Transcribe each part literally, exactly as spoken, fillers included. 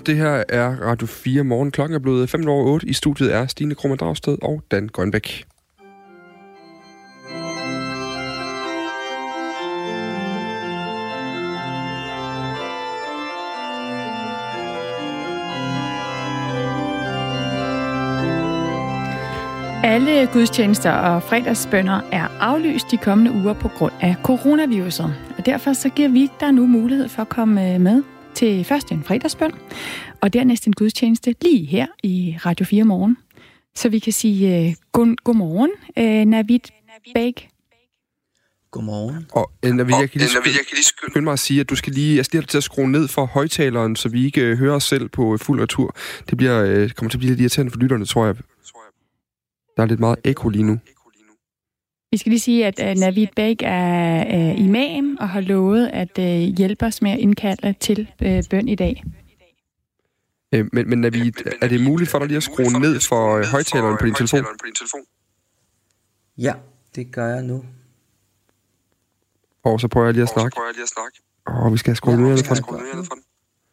Det her er Radio fire morgen. Klokken er blevet fem over otte. I studiet er Stine Krohmann Dragsted og Dan Grønbæk. Alle gudstjenester og fredagsbønner er aflyst de kommende uger på grund af coronaviruset. Og derfor så giver vi dig nu mulighed for at komme med til først en fredagsbøn, og dernæst en gudstjeneste lige her i Radio fire morgen. Så vi kan sige uh, god, godmorgen, uh, Navid Bæk. Godmorgen. Og uh, Navid, jeg kan lige skynde mig at sige, at du skal lige, jeg skal lige til at skrue ned for højtaleren, så vi ikke uh, hører os selv på uh, fuld retur. Det bliver, uh, kommer til at blive lidt irriterende for lytterne, tror jeg. Der er lidt meget ekko lige nu. Vi skal lige sige, at uh, Navid Bæk er uh, imam og har lovet at uh, hjælpe os med at indkalde til uh, bøn i dag. Uh, men, men Navid, er det muligt for dig lige at skrue ned for uh, højtaleren på din telefon? Ja, det gør jeg nu. Og så prøver jeg lige at snakke. Åh, oh, vi skal have skruet ned for den.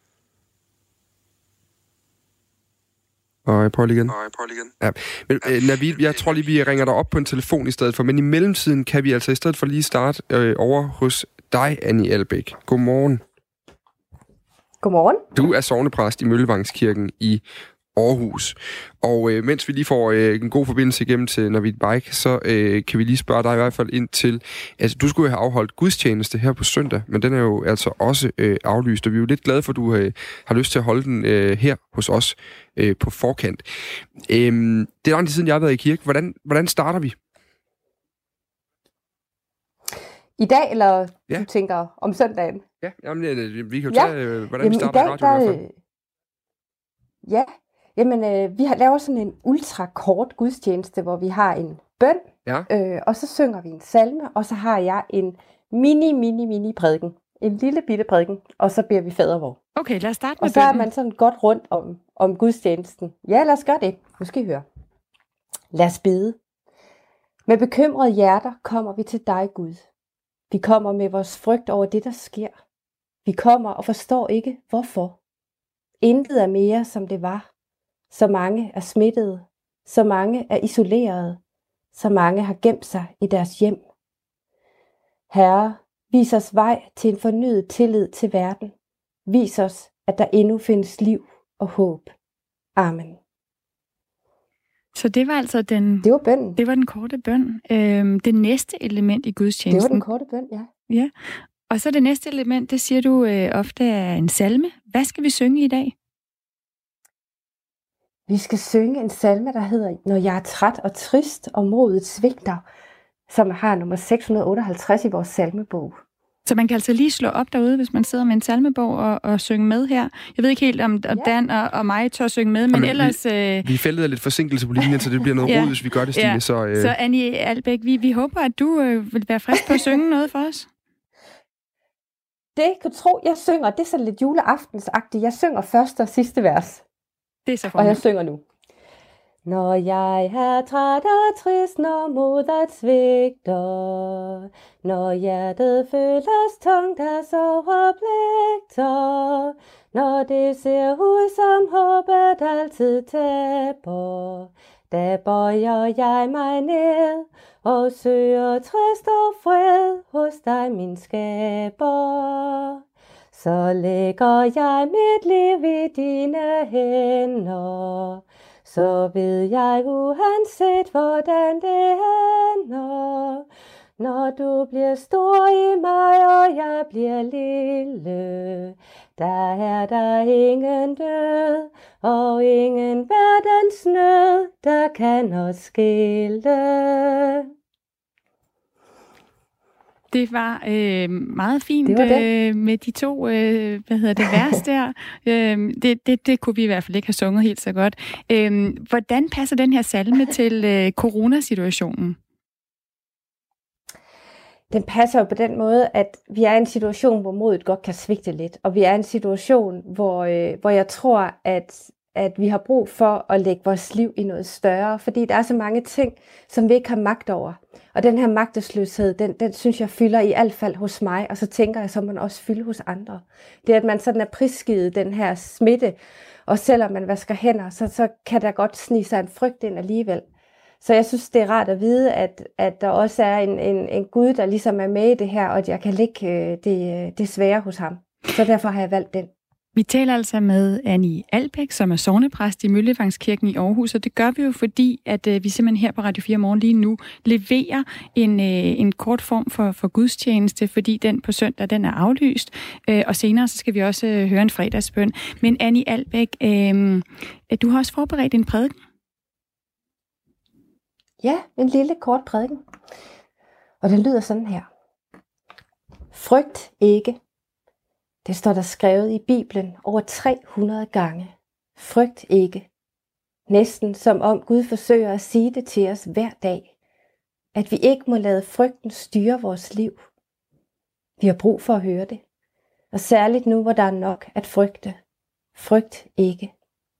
Og jeg prøver lige igen. Ja. Men øh, Navid, jeg tror lige, vi ringer dig op på en telefon i stedet for. Men i mellemtiden kan vi altså i stedet for lige starte øh, over hos dig, Annie Albæk. Godmorgen. Godmorgen. Du er sognepræst i Møllevangskirken i Aarhus. Og øh, mens vi lige får øh, en god forbindelse igennem til Navid Bæk, så øh, kan vi lige spørge dig i hvert fald ind til, altså du skulle jo have afholdt gudstjeneste her på søndag, men den er jo altså også øh, aflyst, og vi er jo lidt glade for, at du øh, har lyst til at holde den øh, her hos os øh, på forkant. Øh, det er lang tid siden, jeg har været i kirke. Hvordan, hvordan starter vi? I dag, eller ja. Du tænker om søndagen? Ja, jamen, vi kan jo ja. tage, øh, hvordan jamen, vi starter i, dag, i radio der, i hvert fald. Ja, jamen øh, vi har, laver sådan en ultrakort gudstjeneste, hvor vi har en bøn, ja. øh, og så synger vi en salme, og så har jeg en mini, mini, mini prædiken. En lille bitte prædiken, og så beder vi fadervor. Okay, lad os starte med Og så bønnen. er man sådan godt rundt om, om gudstjenesten. Ja, lad os gøre det. Nu skal I høre. Lad os bede. Med bekymrede hjerter kommer vi til dig, Gud. Vi kommer med vores frygt over det, der sker. Vi kommer og forstår ikke, hvorfor. Intet er mere, som det var. Så mange er smittede. Så mange er isolerede. Så mange har gemt sig i deres hjem. Herre, vis os vej til en fornyet tillid til verden. Vis os, at der endnu findes liv og håb. Amen. Så det var altså den... Det var bønnen. Det var den korte bøn. Øhm, det næste element i gudstjenesten. Det var den korte bøn, ja. Ja. Og så det næste element, det siger du øh, ofte er en salme. Hvad skal vi synge i dag? Vi skal synge en salme, der hedder Når jeg er træt og trist og modet svigter, som har nummer seks hundrede otteoghalvtreds i vores salmebog. Så man kan altså lige slå op derude, hvis man sidder med en salmebog og, og synge med her. Jeg ved ikke helt, om, om ja. Dan og, og mig tør synge med, men Jamen, ellers... Vi, øh... vi fældet af lidt forsinkelse på linjen, så det bliver noget ja. rod, hvis vi gør det, Stine. Ja. Så, øh... så Annie Albæk, vi, vi håber, at du øh, vil være frisk på at synge noget for os. Det kan du tro, jeg synger. Det er så lidt juleaftensagtigt. Jeg synger første og sidste vers. Det er så og jeg synger nu. Når jeg er træt og trist, når modet svigter, når hjertet føles tungt af sorg og pligter, når det ser ud som håbet altid taber, da bøjer jeg mig ned og søger trøst og fred hos dig, min skaber. Så lægger jeg mit liv i dine hænder, så ved jeg uanset hvordan det ender. Når du bliver stor i mig, og jeg bliver lille, der er der ingen død, og ingen verdens nød, der kan os skille. Det var øh, meget fint det var det. Øh, med de to øh, hvad hedder det, vers der. øh, det, det, det kunne vi i hvert fald ikke have sunget helt så godt. Øh, hvordan passer den her salme til øh, coronasituationen? Den passer jo på den måde, at vi er i en situation, hvor modet godt kan svigte lidt. Og vi er i en situation, hvor, øh, hvor jeg tror, at, at vi har brug for at lægge vores liv i noget større, fordi der er så mange ting, som vi ikke har magt over. Og den her magtesløshed, den, den synes jeg fylder i alt fald hos mig, og så tænker jeg, så må man også fylde hos andre. Det er, at man sådan er prisgivet den her smitte, og selvom man vasker hænder, så, så kan der godt snige sig en frygt ind alligevel. Så jeg synes, det er rart at vide, at, at der også er en, en, en Gud, der ligesom er med i det her, og at jeg kan lægge det, det svære hos ham. Så derfor har jeg valgt den. Vi taler altså med Annie Albæk, som er sognepræst i Møllevangskirken i Aarhus, og det gør vi jo fordi, at øh, vi simpelthen her på Radio fire Morgen lige nu leverer en, øh, en kort form for, for gudstjeneste, fordi den på søndag, den er aflyst, øh, og senere så skal vi også øh, høre en fredagsbøn. Men Annie Albæk, øh, du har også forberedt en prædiken. Ja, en lille kort prædiken. Og den lyder sådan her. Frygt ikke. Det står der skrevet i Bibelen over tre hundrede gange. Frygt ikke. Næsten som om Gud forsøger at sige det til os hver dag. At vi ikke må lade frygten styre vores liv. Vi har brug for at høre det. Og særligt nu, hvor der er nok at frygte. Frygt ikke.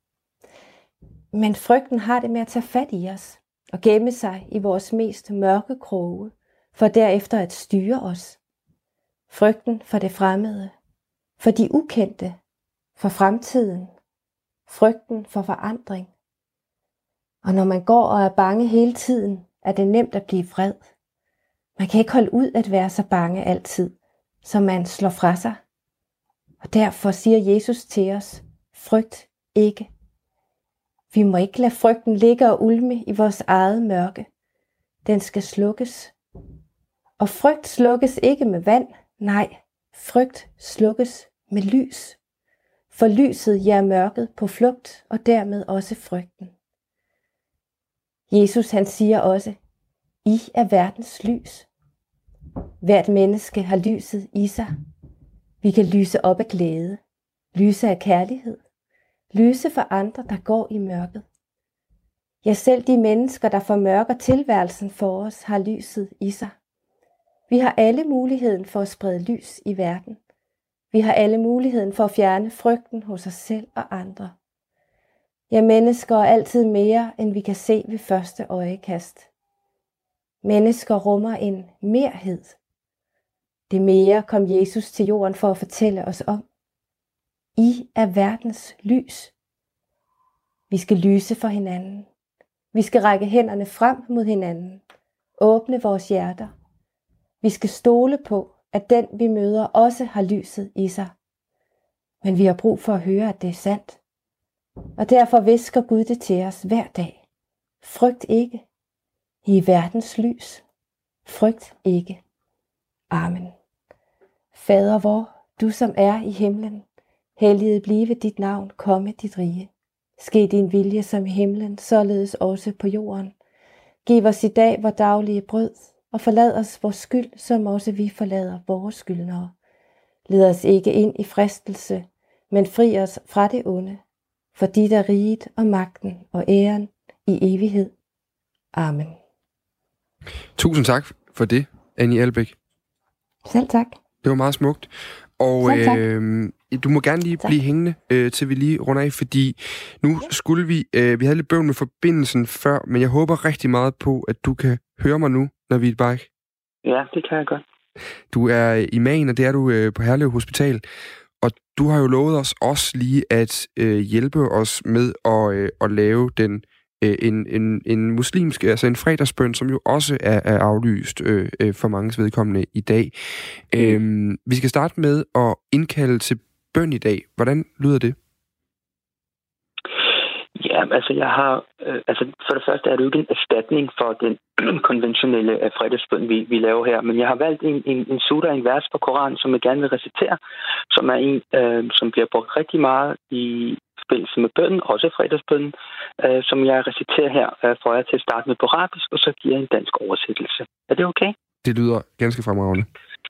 Men frygten har det med at tage fat i os og gemme sig i vores mest mørke kroge, for derefter at styre os. Frygten for det fremmede, for de ukendte, for fremtiden, frygten for forandring. Og når man går og er bange hele tiden, er det nemt at blive vred. Man kan ikke holde ud at være så bange altid, så man slår fra sig. Og derfor siger Jesus til os, frygt ikke. Vi må ikke lade frygten ligge og ulme i vores eget mørke. Den skal slukkes. Og frygt slukkes ikke med vand, nej, frygt slukkes med lys. For lyset jager mørket på flugt, og dermed også frygten. Jesus han siger også, I er verdens lys. Hvert menneske har lyset i sig. Vi kan lyse op af glæde, lyse af kærlighed, lyse for andre, der går i mørket. Ja, selv de mennesker, der formørker tilværelsen for os, har lyset i sig. Vi har alle muligheden for at sprede lys i verden. Vi har alle muligheden for at fjerne frygten hos os selv og andre. Ja, mennesker er altid mere, end vi kan se ved første øjekast. Mennesker rummer en merhed. Det mere kom Jesus til jorden for at fortælle os om. I er verdens lys. Vi skal lyse for hinanden. Vi skal række hænderne frem mod hinanden. Åbne vores hjerter. Vi skal stole på, at den vi møder også har lyset i sig. Men vi har brug for at høre, at det er sandt. Og derfor hvisker Gud det til os hver dag. Frygt ikke. I er verdens lys. Frygt ikke. Amen. Fader vor, du som er i himlen, helliget blive dit navn, komme dit rige. Ske din vilje som i himlen, således også på jorden. Giv os i dag vor daglige brød, og forlad os vores skyld, som også vi forlader vores skyldnere. Led os ikke ind i fristelse, men fri os fra det onde. For dit er riget og magten og æren i evighed. Amen. Tusind tak for det, Annie Albæk. Selv tak. Det var meget smukt. Og øh, du må gerne lige tak. blive hængende, øh, til vi lige runder af, fordi nu ja. skulle vi, øh, vi havde lidt bøvl med forbindelsen før, men jeg håber rigtig meget på, at du kan høre mig nu, Navid Baik. Ja, det kan jeg godt. Du er imam, og det er du øh, på Herlev Hospital, og du har jo lovet os også lige at øh, hjælpe os med at, øh, at lave den En, en, en muslimsk, altså en fredagsbøn, som jo også er, er aflyst øh, øh, for manges vedkommende i dag. Mm. Øhm, vi skal starte med at indkalde til bøn i dag. Hvordan lyder det? Ja, altså jeg har, øh, altså for det første er det jo ikke en erstatning for den konventionelle øh, fredagsbøn, vi, vi laver her, men jeg har valgt en, en, en sura, en vers fra Koranen, som jeg gerne vil recitere, som er en, øh, som bliver brugt rigtig meget i forbindelse med bønnen, også fredagsbønnen, øh, som jeg reciterer her, øh, får jeg til at starte med på arabisk, og så giver jeg en dansk oversættelse. Er det okay? Det lyder ganske fremragende.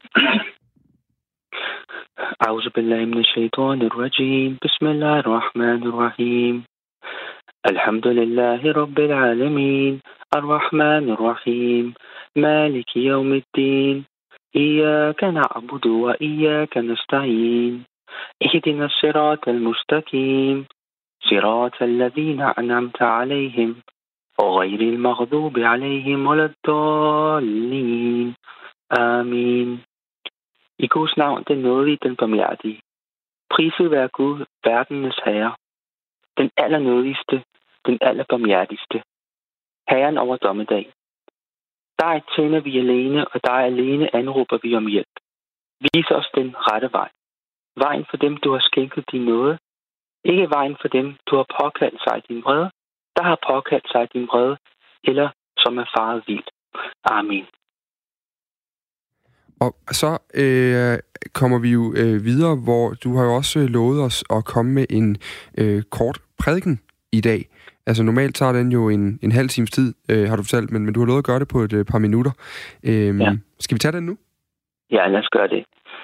أعوذ بالله من الشيطان الرجيم بسم الله الرحمن الرحيم الحمد لله رب العالمين الرحمن الرحيم مالك يوم الدين إياك نعبد وإياك نستعين اهدنا الصراط المستقيم صراط الذين أنعمت عليهم غير المغضوب عليهم ولا الضالين آمين. I Guds navn, den nådige, den barmhjertige. Priset være Gud, verdenes herre, den allernådigste, den allerbarmhjertigste, Herren over dommedag. Dig tjener vi alene, og dig alene anråber vi om hjælp. Vis os den rette vej. Vejen for dem, du har skænket din nåde. Ikke vejen for dem, du har påkaldt sig din vrede, der har påkaldt sig din vrede, eller som er faret vildt. Amen. Og så øh, kommer vi jo øh, videre, hvor du har jo også lovet os at komme med en øh, kort prædiken i dag. Altså normalt tager den jo en, en halv times tid, øh, har du fortalt, men, men du har lovet at gøre det på et øh, par minutter. Øh, ja. Skal vi tage den nu? Ja, lad os gøre det.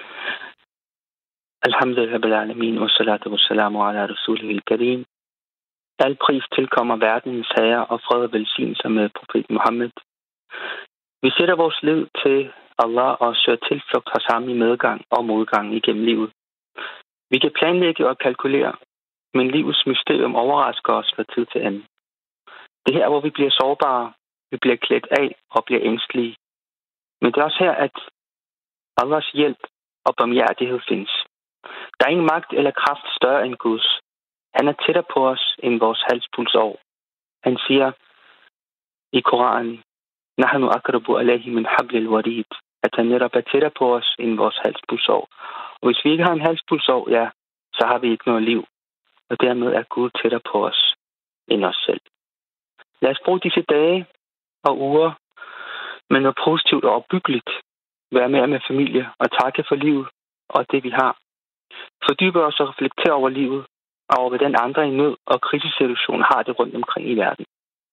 Alhamdulillah rabbil alamin, wa salatu wa salamu ala rasulihil karim. Al pris tilkommer verdens herre, og fred og velsignelse med profet Muhammed. Vi sætter vores liv til Allah og søger tilflugt hos ham i medgang og modgang igennem livet. Vi kan planlægge og kalkulere, men livets mysterium overrasker os fra tid til anden. Det er her, hvor vi bliver sårbare, vi bliver klædt af og bliver ængstelige. Men det er også her, at Allahs hjælp og barmhjertighed findes. Der er ingen magt eller kraft større end Guds. Han er tættere på os end vores halspulsår. Han siger i Koranen, Nahnu akrabu alayhi min hablil warid, at han netop er tættere på os end vores halspulsår. Og hvis vi ikke har en halspulsår, ja, så har vi ikke noget liv. Og dermed er Gud tættere på os end os selv. Lad os bruge disse dage og uger med noget positivt og opbyggeligt. Være mere med familie og takke for livet og det, vi har. Fordybe os og reflektere over livet og over, hvordan andre i nød og krisesituationer har det rundt omkring i verden.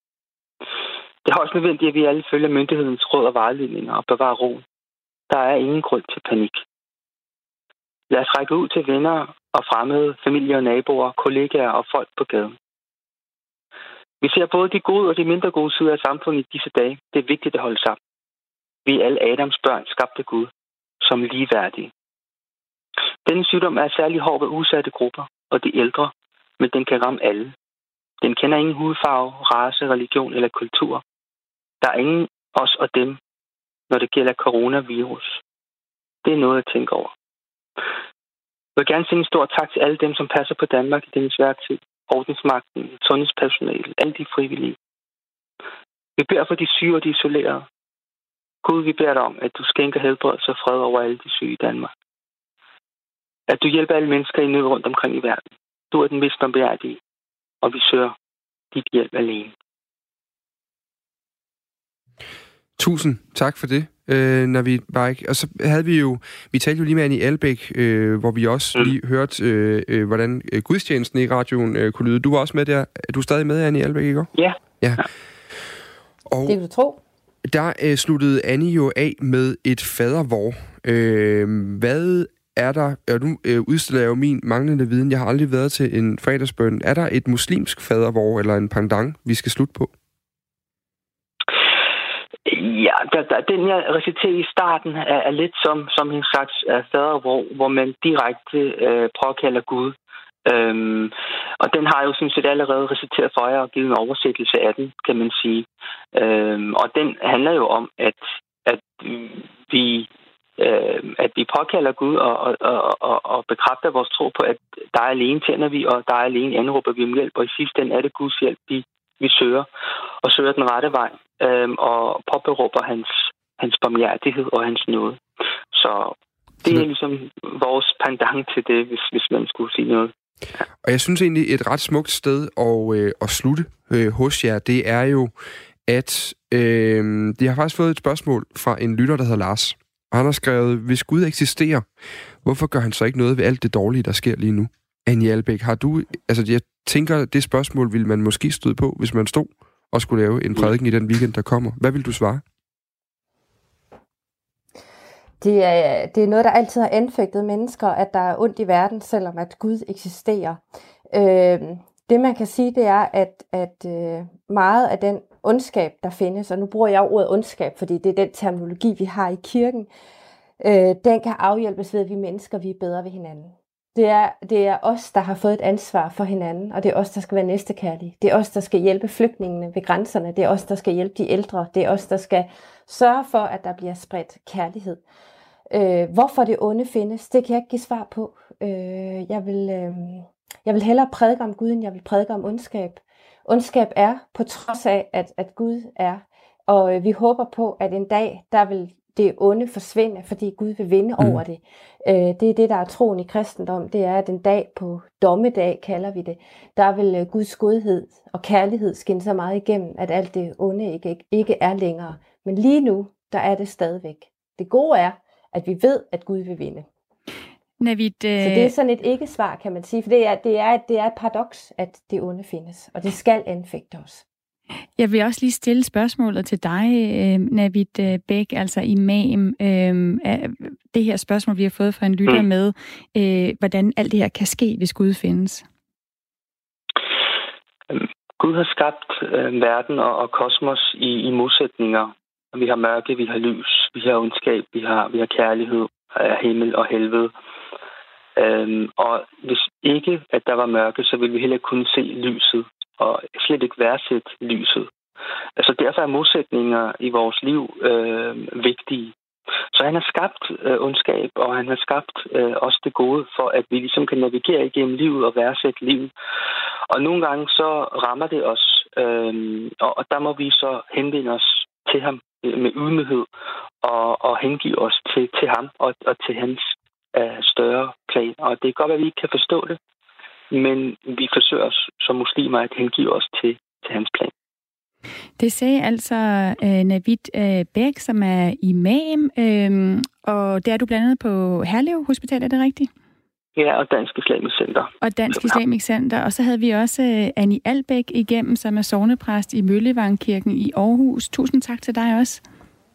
Det er også nødvendigt, at vi alle følger myndighedens råd og vejledninger og bevarer roen. Der er ingen grund til panik. Lad os række ud til venner og fremmede, familie og naboer, kollegaer og folk på gaden. Vi ser både de gode og de mindre gode sider af samfundet i disse dage. Det er vigtigt at holde sammen. Vi er alle Adams børn, skabt af Gud, som ligeværdige. Denne sygdom er særlig hård ved udsatte grupper og de ældre, men den kan ramme alle. Den kender ingen hudfarve, race, religion eller kultur. Der er ingen os og dem, når det gælder coronavirus. Det er noget at tænke over. Jeg vil gerne sige en stor tak til alle dem, som passer på Danmark i denne svære tid. Ordensmagten, sundhedspersonale, alle de frivillige. Vi beder for de syge og de isolerede. Gud, vi beder dig om, at du skænker helbredelse og fred over alle de syge i Danmark. At du hjælper alle mennesker i nød rundt omkring i verden. Du er den mest barmhjertige, og vi søger dit hjælp alene. Tusind tak for det, øh, Navid Baik. Og så havde vi jo, vi talte jo lige med Annie Albeck, øh, hvor vi også mm. lige hørte, øh, øh, hvordan øh, gudstjenesten i radioen øh, kunne lyde. Du var også med der. Er du stadig med, Annie Albeck, ikke? Ja. Ja. Og det vil du tro. Der øh, sluttede Annie jo af med et fadervor. Øh, hvad er der, og nu øh, udstiller jeg jo min manglende viden, jeg har aldrig været til en fredagsbøn. Er der et muslimsk fadervor eller en pendant, vi skal slutte på? Ja, der, der, den jeg reciterer i starten er, er lidt som, som en slags uh, fader, hvor, hvor man direkte uh, påkalder Gud. Um, og den har jeg jo sådan set allerede reciteret for jer og givet en oversættelse af den, kan man sige. Um, og den handler jo om, at, at vi uh, at vi påkalder Gud og, og, og, og bekræfter vores tro på, at der er alene tænder vi, og der er alene anråber vi om hjælp, og i sidste ende er det Guds hjælp, vi vi søger, og søger den rette vej, øhm, og påberåber hans, hans barmhjertighed og hans nåde. Så det er ligesom vores pendant til det, hvis, hvis man skulle sige noget. Ja. Og jeg synes egentlig, et ret smukt sted at, øh, at slutte øh, hos jer, det er jo, at øh, de har faktisk fået et spørgsmål fra en lytter, der hedder Lars. Og han har skrevet, hvis Gud eksisterer, hvorfor gør han så ikke noget ved alt det dårlige, der sker lige nu? Annie Albeck, har du, altså jeg tænker, det spørgsmål ville man måske støde på, hvis man stod og skulle lave en prædiken i den weekend, der kommer. Hvad vil du svare? Det er, det er noget, der altid har anfægtet mennesker, at der er ondt i verden, selvom at Gud eksisterer. Øh, det man kan sige, det er, at, at øh, meget af den ondskab, der findes, og nu bruger jeg ordet ondskab, fordi det er den terminologi, vi har i kirken, øh, den kan afhjælpes ved, at vi mennesker vi er bedre ved hinanden. Det er, det er os, der har fået et ansvar for hinanden, og det er os, der skal være næstekærlige. Det er os, der skal hjælpe flygtningene ved grænserne. Det er os, der skal hjælpe de ældre. Det er os, der skal sørge for, at der bliver spredt kærlighed. Øh, hvorfor det onde findes, det kan jeg ikke give svar på. Øh, jeg, vil, øh, jeg vil hellere prædike om Gud, end jeg vil prædike om ondskab. Ondskab er, på trods af, at, at Gud er. Og øh, vi håber på, at en dag, der vil det onde forsvinde, fordi Gud vil vinde mm. over det. Øh, det er det, der er troen i kristendom. Det er, at en dag på dommedag, kalder vi det, der vil øh, Guds godhed og kærlighed skinne så meget igennem, at alt det onde ikke, ikke, ikke er længere. Men lige nu, der er det stadigvæk. Det gode er, at vi ved, at Gud vil vinde. Navid, øh... Så det er sådan et ikke-svar, kan man sige. For det er, det, er, det er et paradoks, at det onde findes, og det skal anfægte os. Jeg vil også lige stille spørgsmålet til dig, Navid Bæk, altså imam. Det her spørgsmål, vi har fået fra en lytter med, hvordan alt det her kan ske, hvis Gud findes. Gud har skabt verden og kosmos i, i modsætninger. Vi har mørke, vi har lys, vi har ondskab, vi har, vi har kærlighed, himmel og helvede. Og hvis ikke, at der var mørke, så ville vi heller ikke kunne se lyset. Og slet ikke værdsætte lyset. Altså derfor er modsætninger i vores liv øh, vigtige. Så han har skabt øh, ondskab, og han har skabt øh, også det gode, for at vi ligesom kan navigere igennem livet og værdsætte livet. Og nogle gange så rammer det os, øh, og, og der må vi så henvende os til ham med ydmyghed, og, og hengive os til, til ham og, og til hans øh, større plan. Og det er godt, at vi ikke kan forstå det, men vi forsøger os som muslimer at hengive os til, til hans plan. Det sagde altså øh, Navid øh, Bæk, som er imam, øh, og det er du blandt andet på Herlev Hospital, er det rigtigt? Ja, og Dansk Islamisk Center. Og Dansk Islamisk Center, og så havde vi også øh, Annie Albæk igennem, som er sognepræst i Møllevangkirken i Aarhus. Tusind tak til dig også.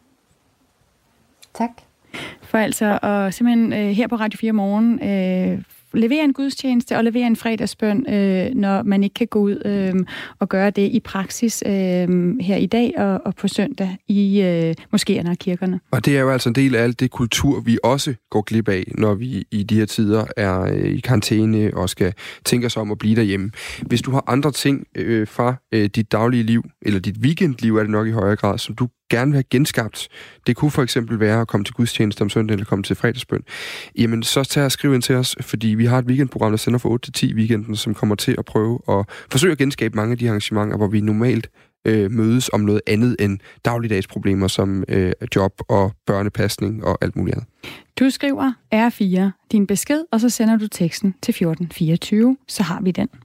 Tak. For altså at simpelthen øh, her på Radio fire Morgen øh, levere en gudstjeneste og levere en fredagsbøn, øh, når man ikke kan gå ud øh, og gøre det i praksis øh, her i dag og, og på søndag i øh, moskéerne og kirkerne. Og det er jo altså en del af alt det kultur, vi også går glip af, når vi i de her tider er øh, i karantæne og skal tænke os om at blive derhjemme. Hvis du har andre ting øh, fra øh, dit daglige liv, eller dit weekendliv er det nok i højere grad, som du gerne vil have genskabt. Det kunne for eksempel være at komme til gudstjeneste om søndag eller komme til fredagsbøn. Jamen, så tag og skriv ind til os, fordi vi har et weekendprogram, der sender fra otte til ti weekenden, som kommer til at prøve at forsøge at genskabe mange af de arrangementer, hvor vi normalt øh, mødes om noget andet end dagligdags problemer som øh, job og børnepasning og alt muligt andet. Du skriver R fire, din besked, og så sender du teksten til fjorten fireogtyve, så har vi den.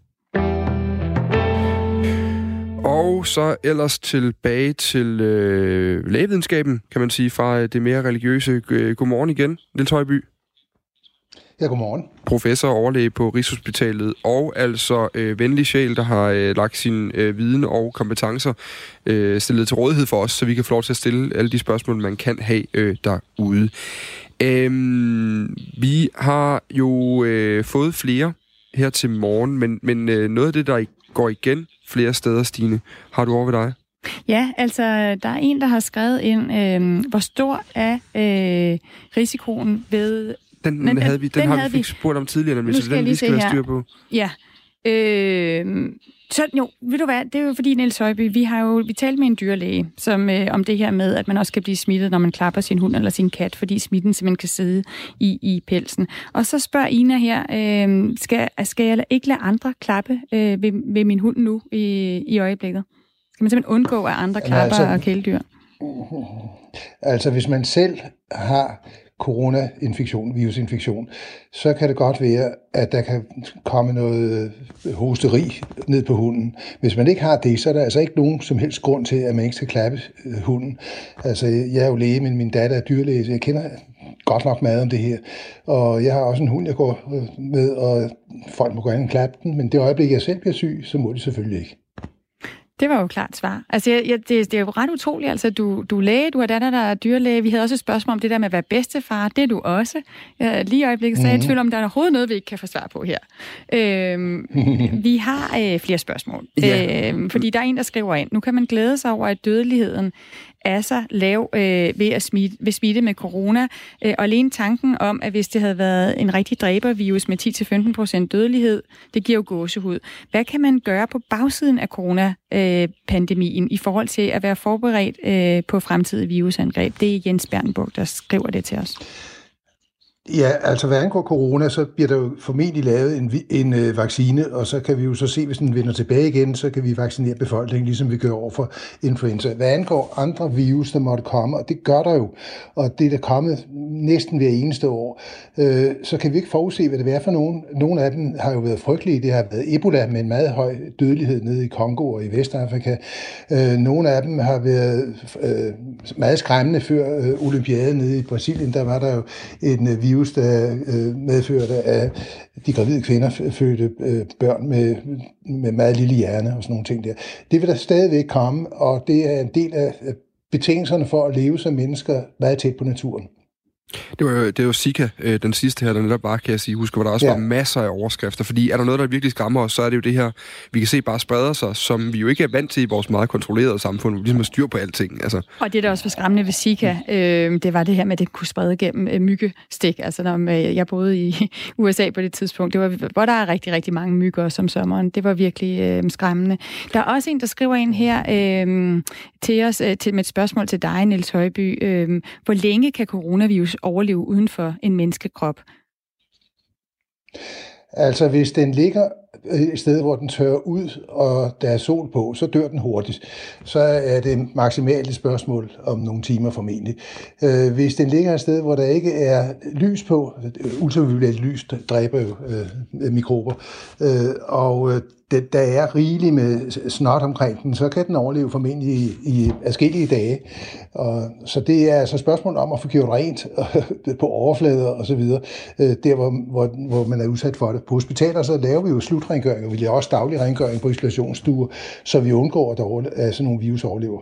Og så ellers tilbage til øh, lægevidenskaben, kan man sige, fra det mere religiøse. Godmorgen igen, Niels Højby. Ja, godmorgen. Professor og overlæge på Rigshospitalet, og altså øh, venlig sjæl, der har øh, lagt sin øh, viden og kompetencer øh, stillet til rådighed for os, så vi kan få lov til at stille alle de spørgsmål, man kan have øh, derude. Øhm, vi har jo øh, fået flere her til morgen, men, men øh, noget af det, der går igen flere steder, Stine, har du over ved dig? Ja, altså, der er en, der har skrevet ind, øh, hvor stor er øh, risikoen ved... Den, den, havde vi, den, den har vi fik spurgt om tidligere, nemlig, så den lige skal være styr på. Ja. Øh, så jo, ved du hvad, det er jo fordi, Niels Højby, vi har jo vi talt med en dyrlæge som, øh, om det her med, at man også kan blive smittet, når man klapper sin hund eller sin kat, fordi smitten simpelthen kan sidde i, i pelsen. Og så spørger Ina her, øh, skal, skal jeg ikke lade andre klappe øh, ved, ved min hund nu i, i øjeblikket? Skal man simpelthen undgå, at andre klapper altså, og kæledyr? Altså, hvis man selv har coronainfektion, virusinfektion, så kan det godt være, at der kan komme noget hosteri ned på hunden. Hvis man ikke har det, så er der altså ikke nogen som helst grund til, at man ikke skal klappe hunden. Altså, jeg er jo læge, men min datter er dyrlæge, så jeg kender godt nok meget om det her. Og jeg har også en hund, jeg går med, og folk må gå ind og klappe den, men det øjeblik, jeg selv bliver syg, så må de selvfølgelig ikke. Det var jo klart svar. Altså, jeg, jeg, det, det er jo ret utroligt. Altså, du, du er læge, du har datter, der er dyrlæge. Vi havde også et spørgsmål om det der med at være bedstefar. Det er du også. Jeg, lige i øjeblikket så er jeg i tvivl om, der er overhovedet noget, vi ikke kan få svar på her. Øhm, vi har øh, flere spørgsmål. Ja. Øhm, fordi der er en, der skriver ind. Nu kan man glæde sig over, at dødeligheden af sig lav øh, ved at smitte, ved smitte med corona. Øh, og alene tanken om, at hvis det havde været en rigtig dræbervirus med ti til femten procent dødelighed, det giver jo gåsehud. Hvad kan man gøre på bagsiden af coronapandemien i forhold til at være forberedt øh, på fremtidige virusangreb? Det er Jens Bernburg, der skriver det til os. Ja, altså hvad angår corona, så bliver der jo formentlig lavet en, en øh, vaccine, og så kan vi jo så se, hvis den vender tilbage igen, så kan vi vaccinere befolkningen, ligesom vi gør over for influenza. Hvad angår andre virus, der måtte komme, og det gør der jo, og det er der kommet næsten hver eneste år, øh, så kan vi ikke forudse, hvad det er for nogen. Nogle af dem har jo været frygtelige. Det har været Ebola med en meget høj dødelighed nede i Kongo og i Vestafrika. Øh, nogle af dem har været øh, meget skræmmende før øh, olympiaden nede i Brasilien. Der var der jo en øh, virus, der øh, medførte, at de gravide kvinder fødte øh, børn med, med meget lille hjerne og sådan nogle ting der. Det vil der stadigvæk komme, og det er en del af betingelserne for at leve som mennesker meget tæt på naturen. Det var jo, det var jo Zika, øh, den sidste her, der netop bare, kan jeg sige, husker, hvor der også ja. var masser af overskrifter, fordi er der noget, der virkelig skræmmer os, så er det jo det her, vi kan se bare spreder sig, som vi jo ikke er vant til i vores meget kontrollerede samfund, hvor vi ligesom har styr på alting. Altså. Og det, der også var skræmmende ved Zika, øh, det var det her med, at det kunne sprede gennem øh, myggestik. Altså, når øh, jeg boede i U S A på det tidspunkt, det var, hvor der er rigtig, rigtig mange mygger som sommeren. Det var virkelig øh, skræmmende. Der er også en, der skriver ind her øh, til os øh, til, med et spørgsmål til dig, Niels Høiby. Øh, hvor længe kan coronavirus overleve uden for en menneskekrop? Altså, hvis den ligger et sted, hvor den tørrer ud, og der er sol på, så dør den hurtigt. Så er det maksimalt et spørgsmål om nogle timer formentlig. Hvis den ligger et sted, hvor der ikke er lys på, ultraviolet lys dræber jo øh, mikrober, øh, og det, der er rigeligt med snot omkring den, så kan den overleve formentlig i, i adskillige dage. Og, så det er altså et spørgsmål om at få gjort rent på overflader og så videre, der hvor, hvor, hvor man er udsat for det. På hospitaler så laver vi jo slutrengøring, og vi laver også daglig rengøring på isolationsstuer, så vi undgår, at, der, at sådan nogle virus overlever.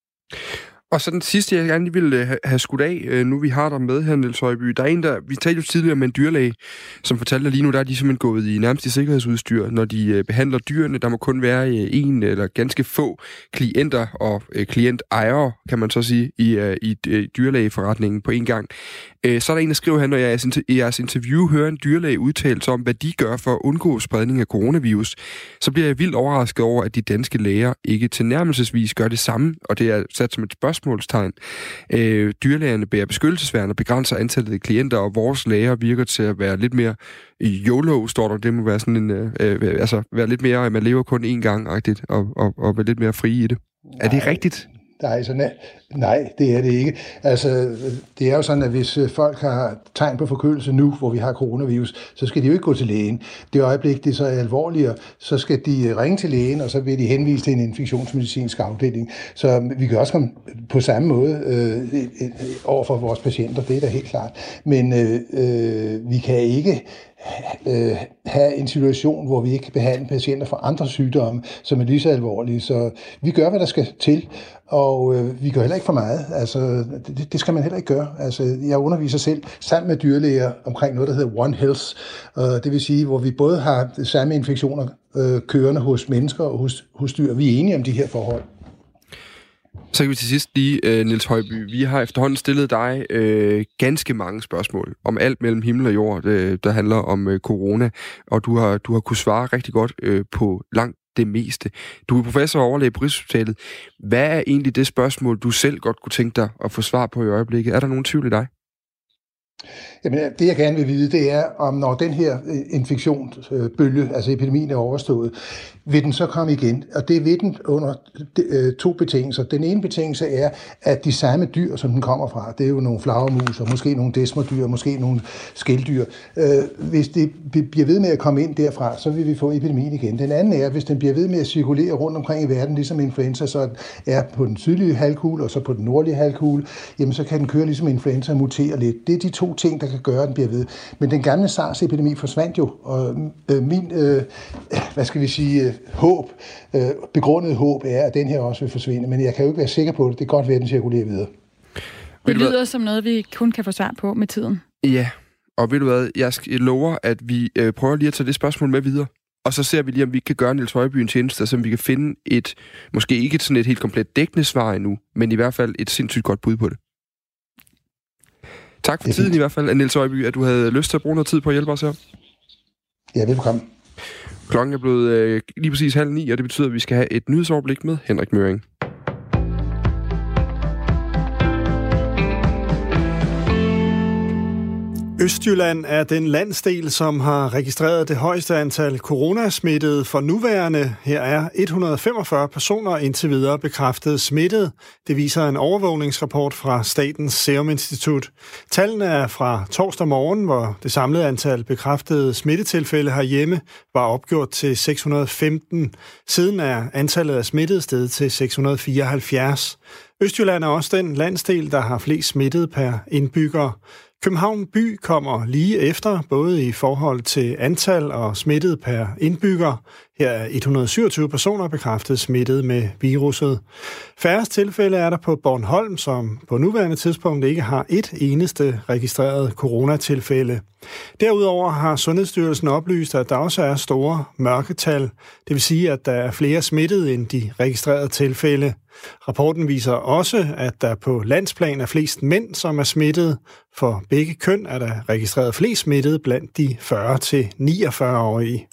Og så den sidste, jeg gerne ville have skudt af, nu vi har dig med her, Niels Høiby. Der er en, der, vi talte jo tidligere med en dyrlæge, som fortalte, at lige nu der er de simpelthen gået i nærmest i sikkerhedsudstyr, når de behandler dyrene. Der må kun være en eller ganske få klienter og klientejere, kan man så sige, i, i dyrlægeforretningen på en gang. Så er der en, der skriver her, når jeg i jeres interview hører en dyrlæge udtale sig om, hvad de gør for at undgå spredning af coronavirus, så bliver jeg vildt overrasket over, at de danske læger ikke tilnærmelsesvis gør det samme, og det er sat som et spørgsmålstegn. Øh, dyrlægerne bærer beskyttelsesværn og begrænser antallet af klienter, og vores læger virker til at være lidt mere YOLO, står der. Det må være sådan en, øh, altså være lidt mere, at man lever kun én gang-agtigt, og, og, og være lidt mere fri i det. Nej. Er det rigtigt? Nej, så nej, nej, det er det ikke. Altså, det er jo sådan, at hvis folk har tegn på forkølelse nu, hvor vi har coronavirus, så skal de jo ikke gå til lægen. Det øjeblik, det er så alvorligere, så skal de ringe til lægen, og så vil de henvise til en infektionsmedicinsk afdeling. Så vi kan også komme på samme måde øh, over for vores patienter, det er da helt klart. Men øh, øh, vi kan ikke øh, have en situation, hvor vi ikke kan behandle patienter for andre sygdomme, som er lige så alvorlige. Så vi gør, hvad der skal til, og øh, vi gør heller ikke for meget. Altså, det, det skal man heller ikke gøre. Altså, jeg underviser selv sammen med dyrlæger omkring noget, der hedder One Health. Øh, det vil sige, hvor vi både har samme infektioner øh, kørende hos mennesker og hos, hos dyr. Vi er enige om de her forhold. Så kan vi til sidst lige, uh, Niels Høiby, vi har efterhånden stillet dig uh, ganske mange spørgsmål om alt mellem himmel og jord, uh, der handler om uh, corona, og du har, du har kunnet svare rigtig godt uh, på langt det meste. Du er professor og overlæge på Rigshospitalet. Hvad er egentlig det spørgsmål, du selv godt kunne tænke dig at få svar på i øjeblikket? Er der nogen tvivl i dig? Jamen, det jeg gerne vil vide, det er, om når den her infektionsbølge, altså epidemien er overstået, vil den så komme igen? Og det vil den under to betingelser. Den ene betingelse er, at de samme dyr, som den kommer fra, det er jo nogle flagermus, og måske nogle desmodyr, måske nogle skældyr. Hvis det bliver ved med at komme ind derfra, så vil vi få epidemien igen. Den anden er, hvis den bliver ved med at cirkulere rundt omkring i verden, ligesom influenza, så er på den sydlige halvkugle, og så på den nordlige halvkugle, jamen så kan den køre ligesom influenza og mutere lidt. Det er de to ting, der kan gøre, at den bliver ved. Men den gamle SARS-epidemi forsvandt jo, og øh, min, øh, hvad skal vi sige, øh, håb, øh, begrundet håb er, at den her også vil forsvinde. Men jeg kan jo ikke være sikker på det. Det er godt ved, at den cirkulerer videre. Det lyder som noget, vi kun kan få svar på med tiden. Ja, og ved du hvad, jeg lover, at vi øh, prøver lige at tage det spørgsmål med videre. og så ser vi lige, om vi kan gøre Niels Høiby en tjeneste, så vi kan finde et, måske ikke et sådan et helt komplet dækkende svar endnu, men i hvert fald et sindssygt godt bud på det. Tak for tiden fint. I hvert fald, Niels Høiby, at du havde lyst til at bruge noget tid på at hjælpe os her. Ja, velkommen. Klokken er blevet øh, lige præcis halv ni, og det betyder, at vi skal have et nyhedsoverblik med Henrik Møring. Østjylland er den landsdel, som har registreret det højeste antal coronasmittede for nuværende. Her er et hundrede og femogfyrre personer indtil videre bekræftet smittet. Det viser en overvågningsrapport fra Statens Serum Institut. Tallene er fra torsdag morgen, hvor det samlede antal bekræftede smittetilfælde herhjemme var opgjort til seks hundrede og femten. Siden er antallet af smittede steget til seks hundrede og fireoghalvfjerds. Østjylland er også den landsdel, der har flest smittede per indbygger. København by kommer lige efter, både i forhold til antal og smittet per indbygger. Her er et hundrede og syvogtyve personer bekræftet smittet med viruset. Færrest tilfælde er der på Bornholm, som på nuværende tidspunkt ikke har et eneste registreret coronatilfælde. Derudover har Sundhedsstyrelsen oplyst, at der også er store mørketal. Det vil sige, at der er flere smittede end de registrerede tilfælde. Rapporten viser også, at der på landsplan er flest mænd, som er smittet. For begge køn er der registreret flest smittede blandt de fyrre til niogfyrre-årige.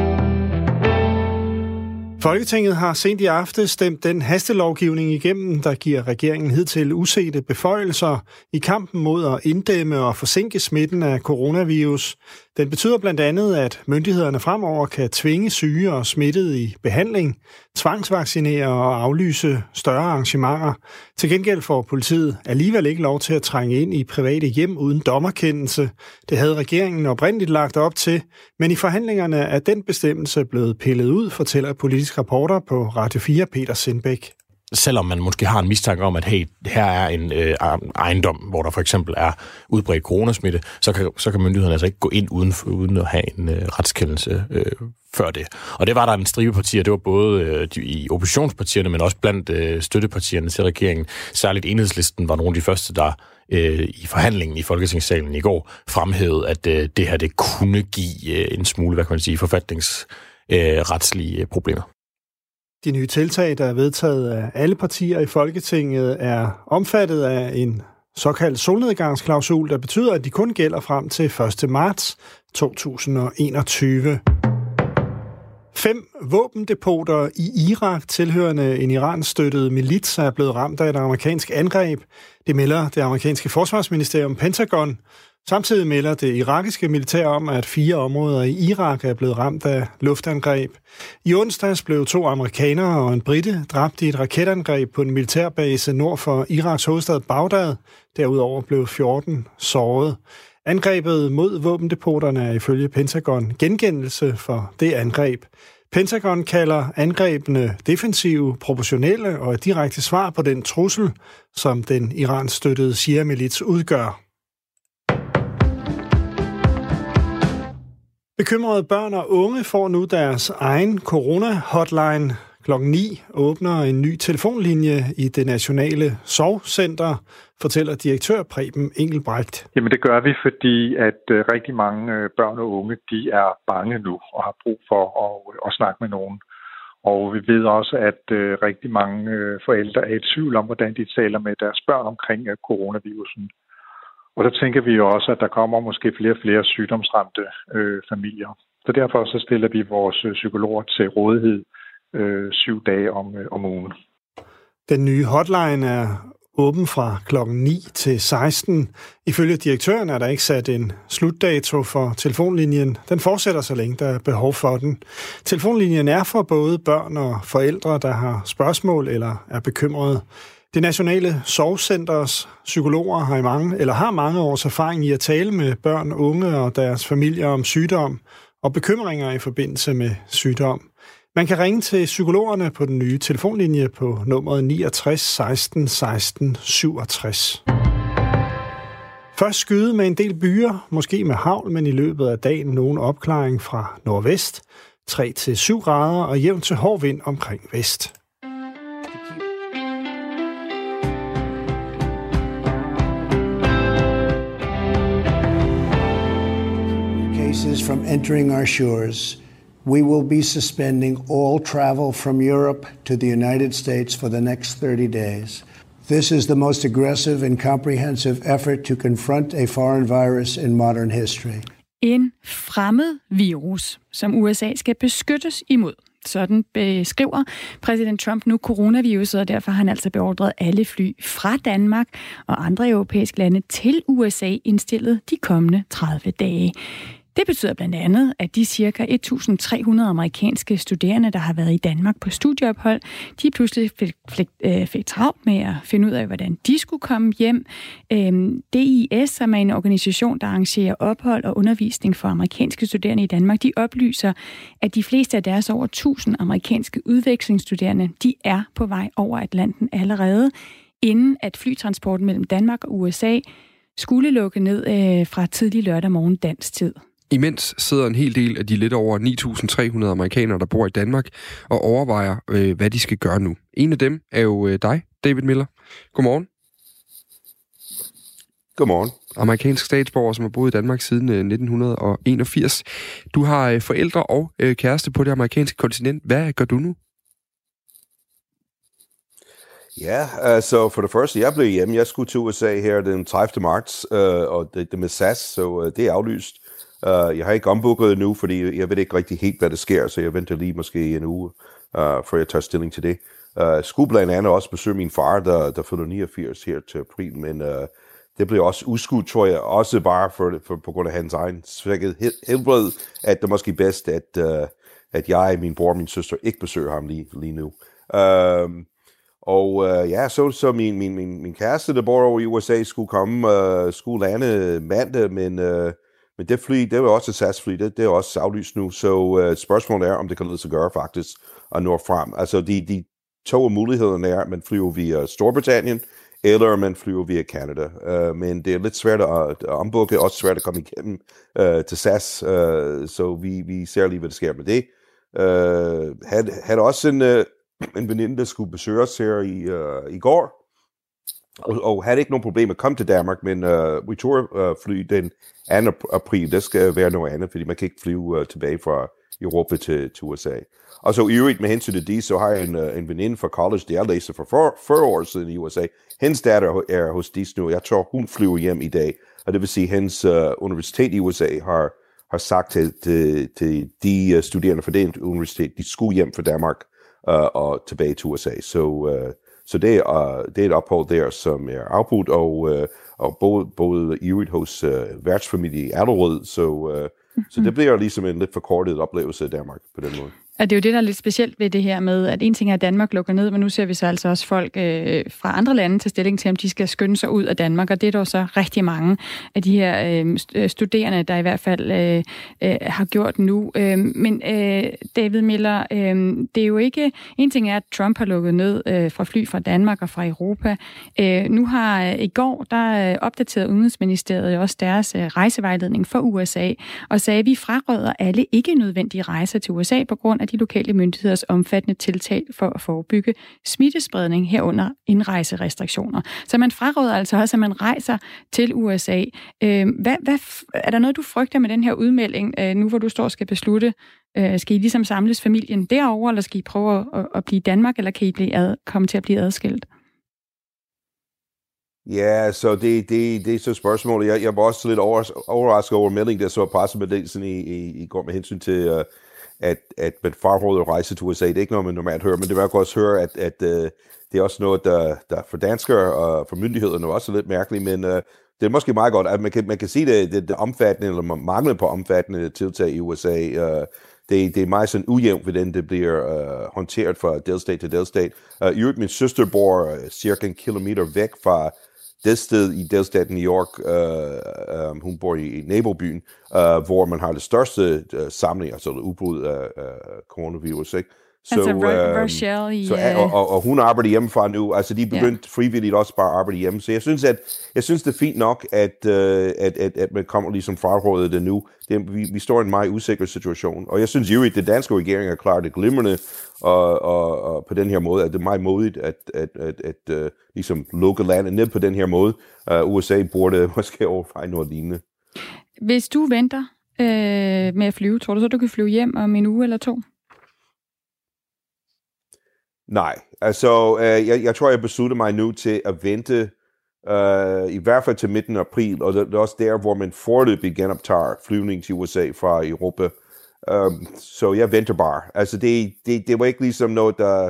Folketinget har sent i aften stemt den hastelovgivning igennem, der giver regeringen hidtil usete beføjelser i kampen mod at inddæmme og forsinke smitten af coronavirus. Den betyder blandt andet, at myndighederne fremover kan tvinge syge og smittede i behandling, tvangsvaccinere og aflyse større arrangementer. Til gengæld får politiet alligevel ikke lov til at trænge ind i private hjem uden dommerkendelse. Det havde regeringen oprindeligt lagt op til, men i forhandlingerne er den bestemmelse blevet pillet ud, fortæller politisk reporter på Radio fire Peter Sindbæk. Selvom man måske har en mistanke om, at hey, her er en øh, ejendom, hvor der for eksempel er udbredt coronasmitte, så kan, så kan myndighederne altså ikke gå ind uden, uden at have en øh, retskendelse øh, før det. Og det var der en stribe partier, det var både øh, de, i oppositionspartierne, men også blandt øh, støttepartierne til regeringen. Særligt Enhedslisten var nogle af de første, der øh, i forhandlingen i Folketingssalen i går fremhævede, at øh, det her det kunne give øh, en smule, hvad kan man sige, forfatningsretslige øh, problemer. De nye tiltag, der er vedtaget af alle partier i Folketinget, er omfattet af en såkaldt solnedgangsklausul, der betyder, at de kun gælder frem til første marts to tusind og enogtyve. Fem våbendepoter i Irak tilhørende en Iran-støttet milits er blevet ramt af et amerikansk angreb. Det melder det amerikanske forsvarsministerium Pentagon. Samtidig melder det irakiske militær om, at fire områder i Irak er blevet ramt af luftangreb. I onsdags blev to amerikanere og en brite dræbt i et raketangreb på en militærbase nord for Iraks hovedstad Bagdad. Derudover blev fjorten såret. Angrebet mod våbendepoterne er ifølge Pentagon gengældelse for det angreb. Pentagon kalder angrebene defensive, proportionelle og et direkte svar på den trussel, som den Iran-støttede Shia-milits udgør. Bekymrede børn og unge får nu deres egen corona-hotline. Klokken ni åbner en ny telefonlinje i det nationale sorgcenter, fortæller direktør Preben Engelbrecht. Jamen det gør vi, fordi at rigtig mange børn og unge, de er bange nu og har brug for at, at snakke med nogen. Og vi ved også, at rigtig mange forældre er i tvivl om, hvordan de taler med deres børn omkring coronavirusen. Og der tænker vi jo også, at der kommer måske flere og flere sygdomsramte øh, familier. Så derfor så stiller vi vores psykologer til rådighed øh, syv dage om, øh, om ugen. Den nye hotline er åben fra klokken ni til seksten. Ifølge direktøren er der ikke sat en slutdato for telefonlinjen. Den fortsætter så længe der er behov for den. Telefonlinjen er for både børn og forældre, der har spørgsmål eller er bekymrede. Det nationale sorgcenters psykologer har, i mange, eller har mange års erfaring i at tale med børn, unge og deres familier om sygdom og bekymringer i forbindelse med sygdom. Man kan ringe til psykologerne på den nye telefonlinje på nummeret niogtres seksten seksten syvogtres. Først skyde med en del byer, måske med hagl, men i løbet af dagen nogen opklaring fra nordvest, tre til syv grader og jævn til hård vind omkring vest. From entering our shores. We will be suspending all travel from Europe to the United States for the next thirty days. This is the most aggressive and comprehensive effort to confront a foreign virus in modern history. En fremmed virus, som U S A skal beskyttes imod. Sådan beskriver præsident Trump nu coronaviruset, og derfor har han altså beordret alle fly fra Danmark og andre europæiske lande til U S A indstillet de kommende tredive dage. Det betyder blandt andet, at de cirka et tusind tre hundrede amerikanske studerende, der har været i Danmark på studieophold, de pludselig fik, fik, øh, fik travlt med at finde ud af, hvordan de skulle komme hjem. Øhm, D I S, som er en organisation, der arrangerer ophold og undervisning for amerikanske studerende i Danmark, de oplyser, at de fleste af deres over tusind amerikanske udvekslingsstuderende, de er på vej over Atlanten allerede, inden at flytransporten mellem Danmark og U S A skulle lukke ned øh, fra tidlig lørdag morgen dansk tid. Imens sidder en hel del af de lidt over ni tusind tre hundrede amerikanere, der bor i Danmark, og overvejer, øh, hvad de skal gøre nu. En af dem er jo øh, dig, David Miller. Godmorgen. Godmorgen. Amerikansk statsborger, som har boet i Danmark siden øh, nitten enogfirs. Du har øh, forældre og øh, kæreste på det amerikanske kontinent. Hvad gør du nu? Ja, yeah, uh, så for det første, jeg blev hjemme. Jeg skulle til U S A her den tredivte marts, uh, og det, det med S A S, så uh, det er aflyst. Uh, jeg har ikke ombooket endnu, fordi jeg ved ikke rigtig helt, hvad der sker, så jeg venter lige måske en uge, uh, før jeg tager stilling til det. Uh, skulle blandt andet også besøge min far, der, der fylder niogfirs her til april, men uh, det bliver også udskudt, tror jeg, også bare for, for, på grund af hans egen svækket helbred, at det måske bedst, at, uh, at jeg, min bror og min søster ikke besøger ham lige, lige nu. Uh, Og uh, ja, så så min, min, min, min kæreste, der bor over i U S A, skulle komme, uh, skulle lande mandag, men, uh, men det fly, det var også et S A S-fly, det, det er også aflyst nu, så uh, spørgsmålet er, om det kan lade sig gøre faktisk at nå frem. Altså de, de to mulighederne er, at man flyver via Storbritannien, eller man flyver via Canada. Uh, men det er lidt svært at, at ombooke, også svært at komme igennem uh, til S A S, uh, så vi, vi ser lige, hvad der sker med det. Uh, havde, havde også en... Uh, en veninde, der skulle besøge os her i, uh, i går, og, og havde ikke nogen problem at komme til Danmark, men uh, returfly uh, den anden april, det skal være noget andet, fordi man kan ikke flyve uh, tilbage fra Europa til, til U S A. Og så i øvrigt med hensyn til det, så har jeg en, uh, en veninde fra college, der jeg læser for fyrre år siden i U S A. Hendes datter er hos D I S nu, jeg tror hun flyver hjem i dag, og det vil sige, at hendes uh, universitet i U S A har, har sagt til, til, til de uh, studerende fra det universitet, de skulle hjem fra Danmark, Uh, og tilbage til U S A. Så, uh, så det, er, uh, det er et ophold der, som er afbrudt, og, uh, og både, både i øvrigt hos uh, værtsfamilie i Allerød, så, uh, mm-hmm. så det bliver ligesom en lidt forkortet oplevelse af Danmark på den måde. Og det er jo det, der er lidt specielt ved det her med, at en ting er, at Danmark lukker ned, men nu ser vi så altså også folk øh, fra andre lande til stilling til, om de skal skynde sig ud af Danmark, og det er der så rigtig mange af de her øh, studerende, der i hvert fald øh, øh, har gjort nu. Øh, men øh, David Miller, øh, det er jo ikke... En ting er, at Trump har lukket ned øh, fra fly fra Danmark og fra Europa. Øh, nu har øh, i går, der øh, opdateret Udenrigsministeriet også deres øh, rejsevejledning for U S A, og sagde, at vi fraråder alle ikke nødvendige rejser til U S A på grund af de lokale myndigheders omfattende tiltag for at forebygge smittespredning herunder indrejserestriktioner. Så man fraråder altså også, at man rejser til U S A. Øh, hvad, hvad, er der noget, du frygter med den her udmelding, øh, nu hvor du står og skal beslutte, øh, skal I ligesom samles familien derovre, eller skal I prøve at, at blive i Danmark, eller kan I blive ad, komme til at blive adskilt? Ja, så det, det, det er så spørgsmålet. Jeg, jeg var også lidt overrasket over meldingen, der så pressemeddelelsen i, i, i går med hensyn til... Uh, at, at man fraråder at rejse til U S A. Det er ikke noget, man normalt hører, men det vil jeg også høre, at, at uh, det er også noget, der, der for danskere og for myndighederne også er lidt mærkeligt, men uh, det er måske meget godt, at man kan, man kan sige, det, det, det omfattende, eller mangel på omfattende tiltag i U S A. Uh, det, det er meget sådan ujævnt, hvordan det bliver uh, håndteret fra delstat til delstat. Uh, I øvrigt, min søster bor uh, cirka en kilometer væk fra det sted i delstaten New York, uh, um, hun bor i, i nabobyen, uh, hvor man har det største uh, samling, altså udbrud af uh, coronavirus, ikke? Så, altså Rochelle i... Så, og, og, og hun arbejder hjemmefra nu, altså de er begyndt yeah. frivilligt også bare at arbejde hjemme, så jeg synes, at jeg synes det er fint nok, at, uh, at, at, at man kommer ligesom frarådet det nu. Det, vi, vi står i en meget usikker situation, og jeg synes jo, at det danske regering er klart det glimrende, og, og, og på den her måde, at det er meget modigt, at, at, at, at uh, ligesom lukke landet ned på den her måde. Uh, U S A burde måske overveje noget lignende. Hvis du venter øh, med at flyve? Tror du så, du kan flyve hjem om en uge eller to? Nej, altså øh, jeg, jeg tror, jeg beslutter mig nu til at vente øh, i hvert fald til midten af april, og det, det er også der, hvor man foreløbig genoptager flyvning til U S A fra Europa. Um, så jeg venter bare. Altså det, det, det var ikke ligesom noget, der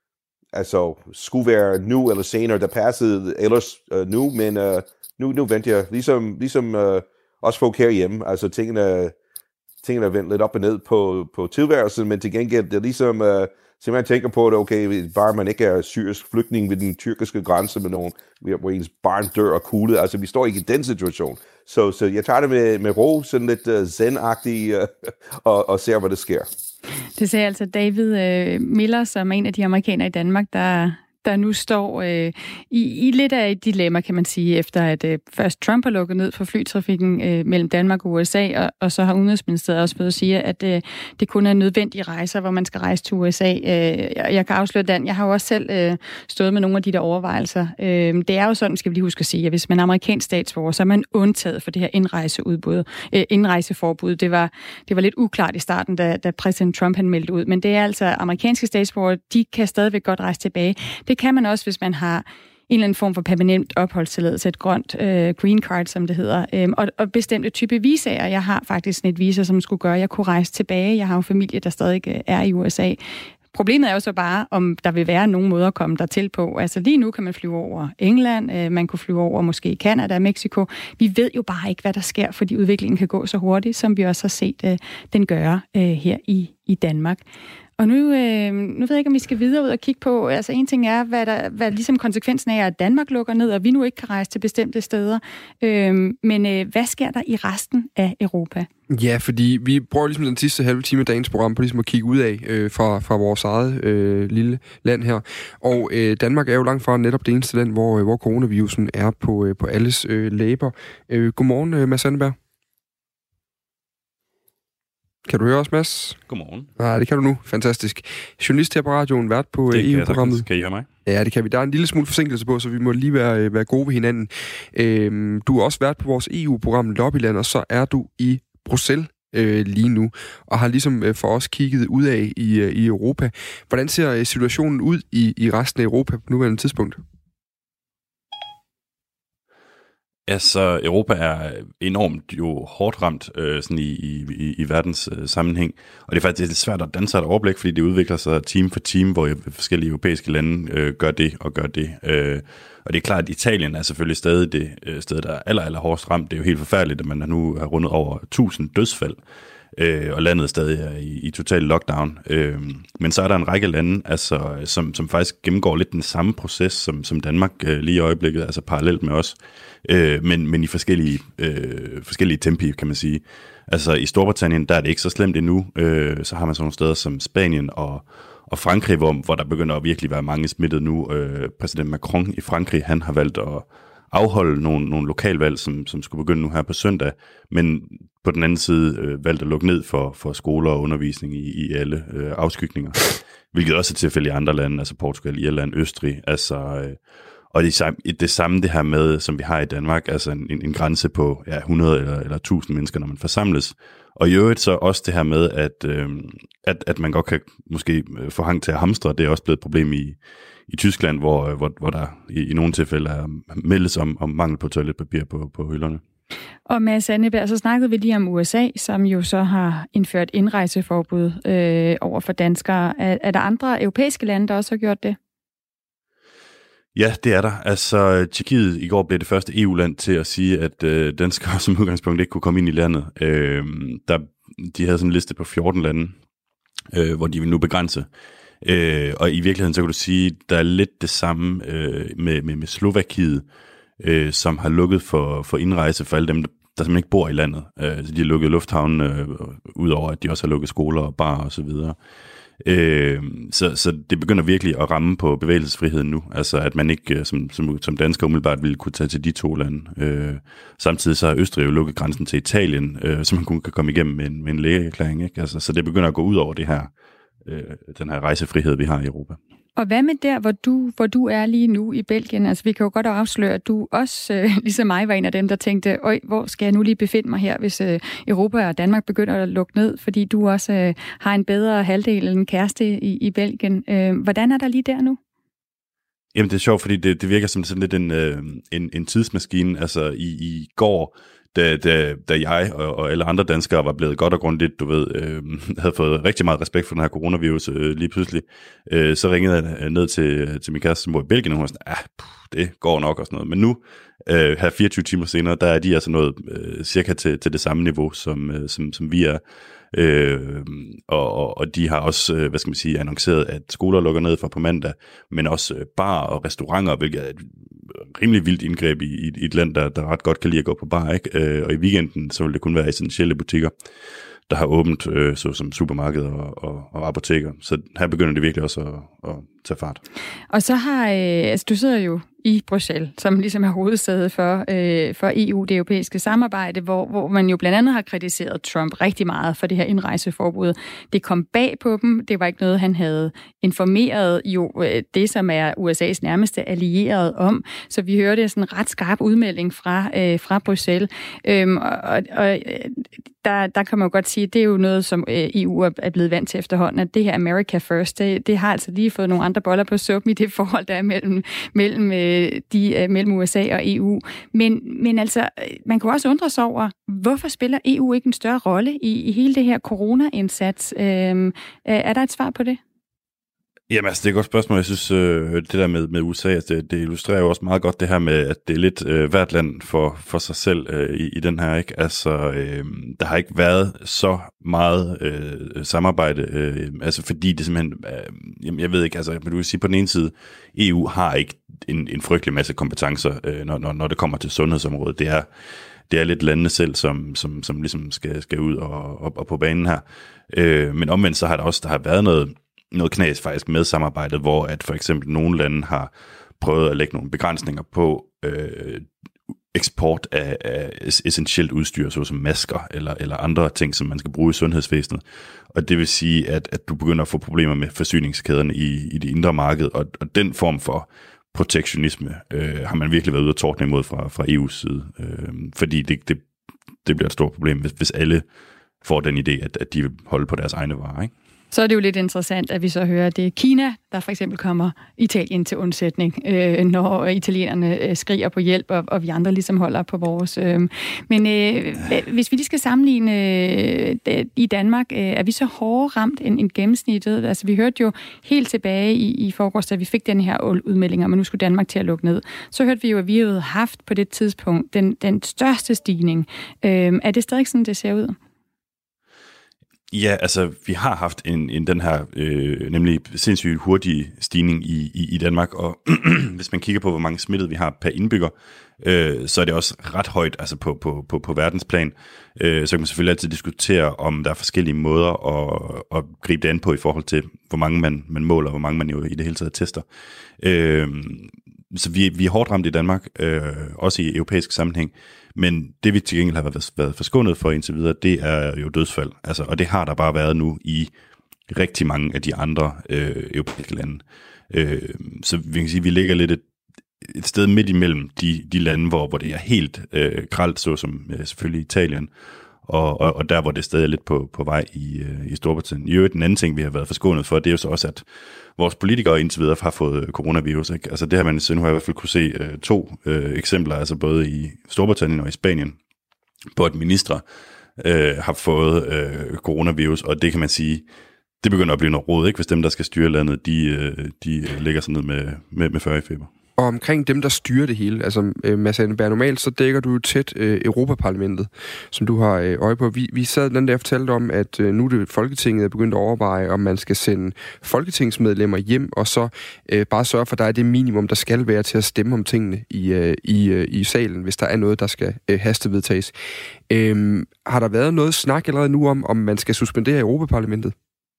altså, skulle være nu eller senere, der passede ellers uh, nu, men uh, nu, nu venter jeg. Ligesom, ligesom uh, også folk herhjemme. Altså tingene, tingene er vendt lidt op og ned på, på tilværelsen, men til gengæld, det er ligesom, uh, så man tænker på det, okay, bare man ikke er syrisk flygtning ved den tyrkiske grænse med nogen, hvor ens barn dør og kugle. Altså, vi står ikke i den situation. Så, så jeg tager det med, med ro, sådan lidt uh, zen-agtigt, uh, og, og ser, hvad der sker. Det sagde altså David uh, Miller, som er en af de amerikanere i Danmark, der... der nu står øh, i, i lidt af et dilemma, kan man sige, efter at øh, først Trump har lukket ned for flytrafikken øh, mellem Danmark og U S A, og, og så har Udenrigsministeriet også fået at sige, at øh, det kun er nødvendige rejser, hvor man skal rejse til U S A. Øh, jeg, jeg kan afsløre, Dan, jeg har jo også selv øh, stået med nogle af de der overvejelser. Øh, det er jo sådan, skal vi lige huske at sige, at hvis man er amerikansk statsborger, så er man undtaget for det her indrejseudbud, øh, indrejseforbud. Det var, det var lidt uklart i starten, da, da præsident Trump han meldte ud, men det er altså amerikanske statsborgere, de kan stadigvæk godt rejse tilbage. Det kan man også, hvis man har en eller anden form for permanent opholdstilladelse, et grønt øh, green card, som det hedder, øhm, og, og bestemte type visaer. Jeg har faktisk et visa, som skulle gøre, at jeg kunne rejse tilbage. Jeg har jo familie, der stadig er i U S A. Problemet er jo så bare, om der vil være nogen måder at komme der til på. Altså lige nu kan man flyve over England, øh, man kunne flyve over måske Canada og Mexico. Vi ved jo bare ikke, hvad der sker, fordi udviklingen kan gå så hurtigt, som vi også har set øh, den gøre øh, her i, i Danmark. Og nu, øh, nu ved jeg ikke, om vi skal videre ud og kigge på, altså en ting er, hvad, der, hvad ligesom konsekvensen er, at Danmark lukker ned, og vi nu ikke kan rejse til bestemte steder. Øh, men øh, hvad sker der i resten af Europa? Ja, fordi vi bruger ligesom den sidste halve time af dagens program på ligesom at kigge ud af øh, fra, fra vores eget øh, lille land her. Og øh, Danmark er jo langt fra netop det eneste land, hvor, hvor coronavirusen er på, øh, på alles øh, læber. Øh, godmorgen, øh, Mads Anneberg. Kan du høre os, Mads? Godmorgen. Nej, det kan du nu. Fantastisk. Journalist her på radioen, vært på det E U-programmet. Kan I høre mig? Ja, det kan vi. Der er en lille smule forsinkelse på, så vi må lige være, være gode ved hinanden. Øhm, du er også vært på vores E U-program Lobbyland, og så er du i Bruxelles øh, lige nu, og har ligesom øh, for os kigget ud af i, øh, i Europa. Hvordan ser situationen ud i, i resten af Europa på nuværende tidspunkt? Altså, Europa er enormt jo hårdt ramt øh, sådan i, i, i verdens øh, sammenhæng, og det er faktisk lidt svært at danne sig et overblik, fordi det udvikler sig team for team, hvor forskellige europæiske lande øh, gør det og gør det. Øh, og det er klart, at Italien er selvfølgelig stadig det øh, sted, der er aller, aller hårdest ramt. Det er jo helt forfærdeligt, at man nu har rundet over tusind dødsfald, øh, og landet stadig er i, i total lockdown. Øh, men så er der en række lande, altså, som, som faktisk gennemgår lidt den samme proces som, som Danmark øh, lige i øjeblikket, altså parallelt med os. Øh, men, men i forskellige, øh, forskellige tempi, kan man sige. Altså i Storbritannien, der er det ikke så slemt endnu. Øh, så har man sådan nogle steder som Spanien og, og Frankrig, hvor, hvor der begynder at virkelig være mange smittet nu. Øh, præsident Macron i Frankrig, han har valgt at afholde nogle, nogle lokalvalg, som, som skulle begynde nu her på søndag, men på den anden side øh, valgt at lukke ned for, for skoler og undervisning i, i alle øh, afskygninger. Hvilket også er tilfælde i andre lande, altså Portugal, Irland, Østrig, altså... Øh, Og det, det samme det her med, som vi har i Danmark, altså en, en grænse på ja, hundrede eller, eller tusind mennesker, når man forsamles. Og i øvrigt så også det her med, at, øh, at, at man godt kan måske få hang til at hamstre. Det er også blevet et problem i, i Tyskland, hvor, hvor, hvor der i, i nogle tilfælde er meldes om, om mangel på toiletpapir på, på hylderne. Og Mads Anneberg, så snakkede vi lige om U S A, som jo så har indført indrejseforbud øh, over for danskere. Er, er der andre europæiske lande, der også har gjort det? Ja, det er der. Altså, Tjekkiet i går blev det første E U-land til at sige, at øh, danskere som udgangspunkt ikke kunne komme ind i landet. Øh, der, de havde sådan en liste på fjorten lande, øh, hvor de vil nu begrænse. Øh, og i virkeligheden, så kan du sige, der er lidt det samme øh, med, med, med Slovakiet, øh, som har lukket for, for indrejse for alle dem, der simpelthen ikke bor i landet. Øh, så de har lukket lufthavnen, øh, udover at de også har lukket skoler og barer og så videre. Øh, så, så det begynder virkelig at ramme på bevægelsesfriheden nu, altså at man ikke som, som, som dansker umiddelbart ville kunne tage til de to lande. Øh, samtidig så har Østrig jo lukket grænsen til Italien, øh, så man kun kan komme igennem med en, med en lægeerklæring, ikke? Altså, så det begynder at gå ud over det her, øh, den her rejsefrihed, vi har i Europa. Og hvad med der, hvor du, hvor du er lige nu i Belgien? Altså, vi kan jo godt afsløre, at du også, øh, ligesom mig, var en af dem, der tænkte, øj, hvor skal jeg nu lige befinde mig her, hvis øh, Europa og Danmark begynder at lukke ned, fordi du også øh, har en bedre halvdel end en kæreste i, i Belgien. Øh, hvordan er der lige der nu? Jamen, det er sjovt, fordi det, det virker som sådan lidt en, øh, en, en tidsmaskine. Altså, i, i går, da, da, da jeg og, og alle andre danskere var blevet godt og grundigt, du ved, øh, havde fået rigtig meget respekt for den her coronavirus øh, lige pludselig, øh, så ringede jeg ned til, til min kæreste, som bor i Belgien, og hun var sådan, ah, puh, det går nok og sådan noget. Men nu, øh, her fireogtyve timer senere, der er de altså nået øh, cirka til, til det samme niveau, som, øh, som, som vi er. Øh, og, og de har også, øh, hvad skal man sige, annonceret, at skoler lukker ned fra på mandag, men også øh, bar og restauranter, hvilket er et rimelig vildt indgreb i, i, i et land, der, der ret godt kan lide at gå på bar, ikke? Øh, og i weekenden, så vil det kun være essentielle butikker, der har åbent, øh, såsom supermarkeder og, og, og apoteker. Så her begynder det virkelig også at, at tage fart. Og så har, øh, altså du sidder jo i Bruxelles, som ligesom er hovedsæde for, øh, for E U, det europæiske samarbejde, hvor, hvor man jo blandt andet har kritiseret Trump rigtig meget for det her indrejseforbud. Det kom bag på dem, det var ikke noget, han havde informeret jo øh, det, som er U S A's nærmeste allierede om. Så vi hørte sådan en ret skarp udmelding fra, øh, fra Bruxelles. Øhm, og og der, der kan man jo godt sige, at det er jo noget, som øh, E U er blevet vant til efterhånden, at det her America First, det, det har altså lige fået nogle andre boller på suppen i det forhold, der er mellem, mellem øh, de mellem U S A og E U. Men, men altså, man kan også undre sig over, hvorfor spiller E U ikke en større rolle i, i hele det her corona-indsats? Øhm, er der et svar på det? Jamen altså, det er et godt spørgsmål. Jeg synes, øh, det der med, med U S A, altså, det, det illustrerer jo også meget godt det her med, at det er lidt øh, hvert land for, for sig selv øh, i, i den her, ikke? Altså, øh, der har ikke været så meget øh, samarbejde, øh, altså fordi det simpelthen, øh, jamen, jeg ved ikke, altså, du kan sige på den ene side, E U har ikke en, en frygtelig masse kompetencer, øh, når, når, når det kommer til sundhedsområdet. Det er, det er lidt landene selv, som, som, som ligesom skal, skal ud og, og, og på banen her. Øh, men omvendt så har der også der har været noget, noget knas faktisk med samarbejdet, hvor at for eksempel nogle lande har prøvet at lægge nogle begrænsninger på øh, eksport af, af essentielt udstyr, såsom masker eller, eller andre ting, som man skal bruge i sundhedsvæsenet. Og det vil sige, at, at du begynder at få problemer med forsyningskæderne i, i det indre marked, og, og den form for protektionisme øh, har man virkelig været ude at tordne imod fra, fra E U's side, øh, fordi det, det, det bliver et stort problem, hvis, hvis alle får den idé, at, at de vil holde på deres egne varer, ikke? Så er det jo lidt interessant, at vi så hører, at det er Kina, der for eksempel kommer Italien til undsætning, øh, når italienerne øh, skriger på hjælp, og, og vi andre ligesom holder på vores. Øh. Men øh, hvis vi lige skal sammenligne øh, i Danmark, øh, er vi så hårdere ramt end, end gennemsnittet? Altså vi hørte jo helt tilbage i, i forgårs, da vi fik den her udmelding om, at nu skulle Danmark til at lukke ned. Så hørte vi jo, at vi havde haft på det tidspunkt den, den største stigning. Øh, er det stadig sådan, det ser ud? Ja, altså vi har haft en, en den her øh, nemlig sindssygt hurtige stigning i, i, i Danmark, og hvis man kigger på, hvor mange smittede vi har per indbygger, øh, så er det også ret højt altså på, på, på, på verdensplan. Øh, så kan man selvfølgelig altid diskutere, om der er forskellige måder at, at gribe det an på i forhold til, hvor mange man, man måler, hvor mange man jo i det hele taget tester. Øh, så vi, vi er hårdt ramt i Danmark, øh, også i europæisk sammenhæng. Men det, vi til gengæld har været, været forskånet for indtil videre, det er jo dødsfald. Altså, og det har der bare været nu i rigtig mange af de andre øh, europæiske lande. Øh, så vi kan sige, at vi ligger lidt et, et sted midt imellem de, de lande, hvor, hvor det er helt øh, grelt, såsom øh, selvfølgelig Italien, og, og, og der, hvor det stadig er lidt på, på vej i, øh, i Storbritannien. I øvrigt, den anden ting, vi har været forskånet for, det er jo så også, at vores politikere indtil videre har fået coronavirus. Ikke? Altså det har man, så nu har jeg i hvert fald kunne se øh, to øh, eksempler, altså både i Storbritannien og i Spanien, på at ministre øh, har fået øh, coronavirus, og det kan man sige, det begynder at blive noget rod, ikke? Hvis dem, der skal styre landet, de, øh, de lægger sig ned med, med, med fyrre i feber. Og omkring dem, der styrer det hele, altså øh, Mads Anneberg, normalt så dækker du jo tæt øh, Europaparlamentet, som du har øh, øje på. Vi, vi sad den der og fortalte om, at øh, nu er det Folketinget er begyndt at overveje, om man skal sende folketingsmedlemmer hjem, og så øh, bare sørge for, at der er det minimum, der skal være til at stemme om tingene i, øh, i, øh, i salen, hvis der er noget, der skal øh, hastevedtages. Øh, har der været noget snak allerede nu om, om man skal suspendere Europaparlamentet?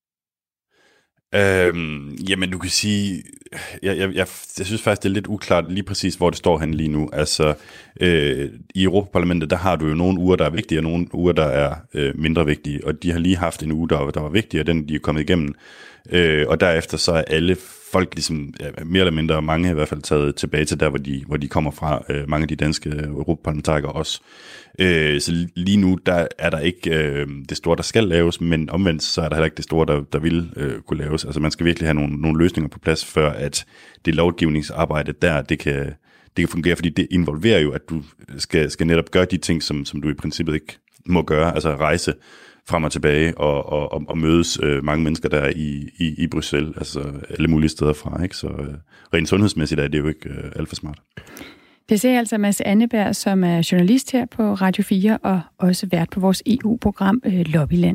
Øhm, jamen, du kan sige, jeg, jeg, jeg, jeg synes faktisk, det er lidt uklart lige præcis, hvor det står hen lige nu. Altså, øh, i Europaparlamentet, der har du jo nogle uger, der er vigtige, og nogle uger, der er øh, mindre vigtige. Og de har lige haft en uge, der, der var vigtig, og den de er kommet igennem. Øh, og derefter så er alle folk ligesom, ja, mere eller mindre, mange i hvert fald taget tilbage til der, hvor de, hvor de kommer fra, øh, mange af de danske europaparlamentarikere også. Øh, så lige nu, der er der ikke øh, det store, der skal laves, men omvendt, så er der heller ikke det store, der, der vil øh, kunne laves. Altså man skal virkelig have nogle, nogle løsninger på plads, før at det lovgivningsarbejde der, det kan, det kan fungere, fordi det involverer jo, at du skal, skal netop gøre de ting, som, som du i princippet ikke må gøre, altså rejse frem og tilbage og, og, og, og mødes øh, mange mennesker der i, i, i Bruxelles, altså alle mulige steder fra, ikke? Så øh, rent sundhedsmæssigt er det jo ikke øh, alt for smart. Det siger altså Mads Anneberg, som er journalist her på Radio fire og også vært på vores E U-program øh, Lobbyland.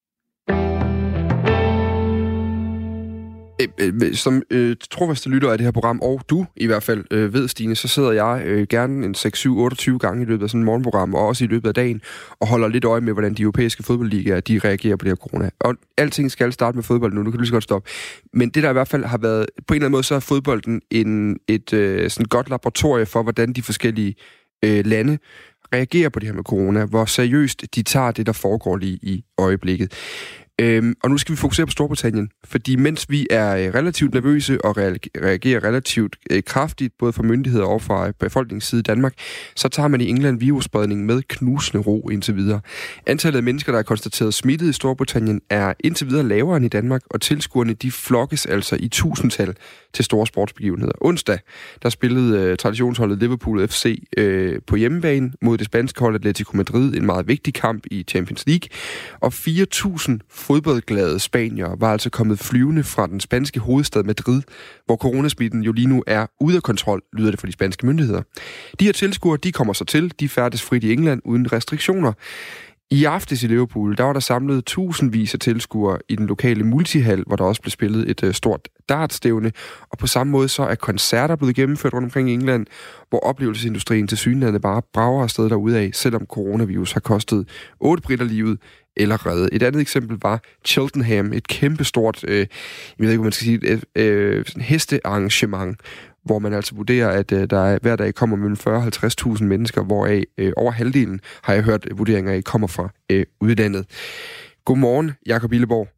Som øh, trofaste lytter af det her program, og du i hvert fald øh, ved, Stine, så sidder jeg øh, gerne en seks syv otteogtyve gange i løbet af sådan et morgenprogram, og også i løbet af dagen, og holder lidt øje med, hvordan de europæiske fodboldligaer, de reagerer på det her corona. Og alting skal starte med fodbold nu, nu kan du lige så godt stoppe. Men det der i hvert fald har været, på en eller anden måde, så er fodbolden en, et øh, sådan godt laboratorie for, hvordan de forskellige øh, lande reagerer på det her med corona, hvor seriøst de tager det, der foregår lige i øjeblikket. Øhm, og nu skal vi fokusere på Storbritannien, fordi mens vi er relativt nervøse og reagerer relativt øh, kraftigt, både fra myndigheder og fra befolkningens side i Danmark, så tager man i England virusspredningen med knusende ro indtil videre. Antallet af mennesker, der er konstateret smittet i Storbritannien, er indtil videre lavere end i Danmark, og tilskuerne de flokkes altså i tusindtal til store sportsbegivenheder. Onsdag, der spillede øh, traditionsholdet Liverpool F C øh, på hjemmebane mod det spanske hold Atletico Madrid, en meget vigtig kamp i Champions League, og fire tusind fodboldglade spaniere var altså kommet flyvende fra den spanske hovedstad Madrid, hvor coronasmitten jo lige nu er ude af kontrol, lyder det for de spanske myndigheder. De her tilskuere, de kommer så til, de færdes frit i England uden restriktioner. I aftes i Liverpool, der var der samlet tusindvis af tilskuere i den lokale multihal, hvor der også blev spillet et uh, stort dartstævne, og på samme måde så er koncerter blevet gennemført rundt omkring i England, hvor oplevelsesindustrien til synligheden bare brager afsted derudad, selvom coronavirus har kostet otte britter livet eller reddet. Et andet eksempel var Cheltenham, et kæmpestort, øh, jeg ved ikke, hvad man skal sige, et øh, hestearrangement, hvor man altså vurderer, at øh, der er, hver dag kommer mellem fyrre til halvtreds tusind mennesker, hvoraf øh, over halvdelen, har jeg hørt vurderinger af, kommer fra øh, udlandet. Godmorgen, Jakob Illeborg.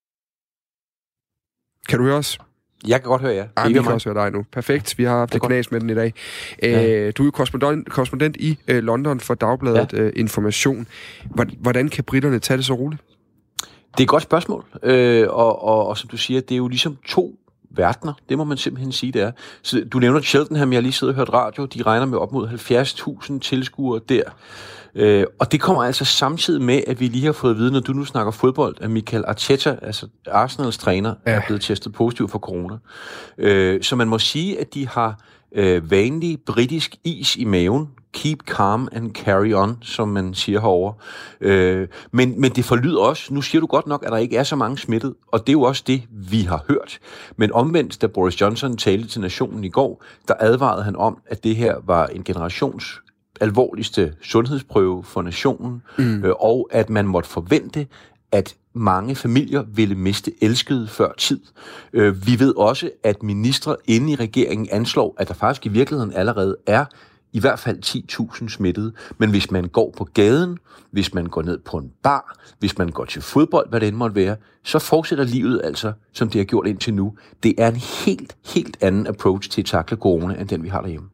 Kan du høre os? Jeg kan godt høre jer. Ja. Ah, vi kan også høre dig nu. Perfekt. Vi har haft et knas med den i dag. Ja. Du er jo korrespondent, korrespondent i uh, London for Dagbladet ja. uh, Information. Hvordan kan britterne tage det så roligt? Det er et godt spørgsmål. Øh, og, og, og som du siger, det er jo ligesom to verdener. Det må man simpelthen sige, det er. Så du nævner Cheltenham, jeg har lige siddet og hørt radio. De regner med op mod halvfjerds tusind tilskuere der. Øh, og det kommer altså samtidig med, at vi lige har fået at vide, når du nu snakker fodbold, at Mikel Arteta, altså Arsenals træner, ja. er blevet testet positiv for corona. Øh, så man må sige, at de har øh, vanlig britisk is i maven. Keep calm and carry on, som man siger herovre. Øh, men, men det forlyder også, nu siger du godt nok, at der ikke er så mange smittet, og det er jo også det, vi har hørt. Men omvendt, da Boris Johnson talte til nationen i går, der advarede han om, at det her var en generations alvorligste sundhedsprøve for nationen, mm. øh, og at man måtte forvente, at mange familier ville miste elskede før tid. Øh, vi ved også, at ministre inde i regeringen anslår, at der faktisk i virkeligheden allerede er i hvert fald ti tusind smittede. Men hvis man går på gaden, hvis man går ned på en bar, hvis man går til fodbold, hvad det end måtte være, så fortsætter livet altså, som det har gjort indtil nu. Det er en helt, helt anden approach til at takle corona, end den vi har derhjemme.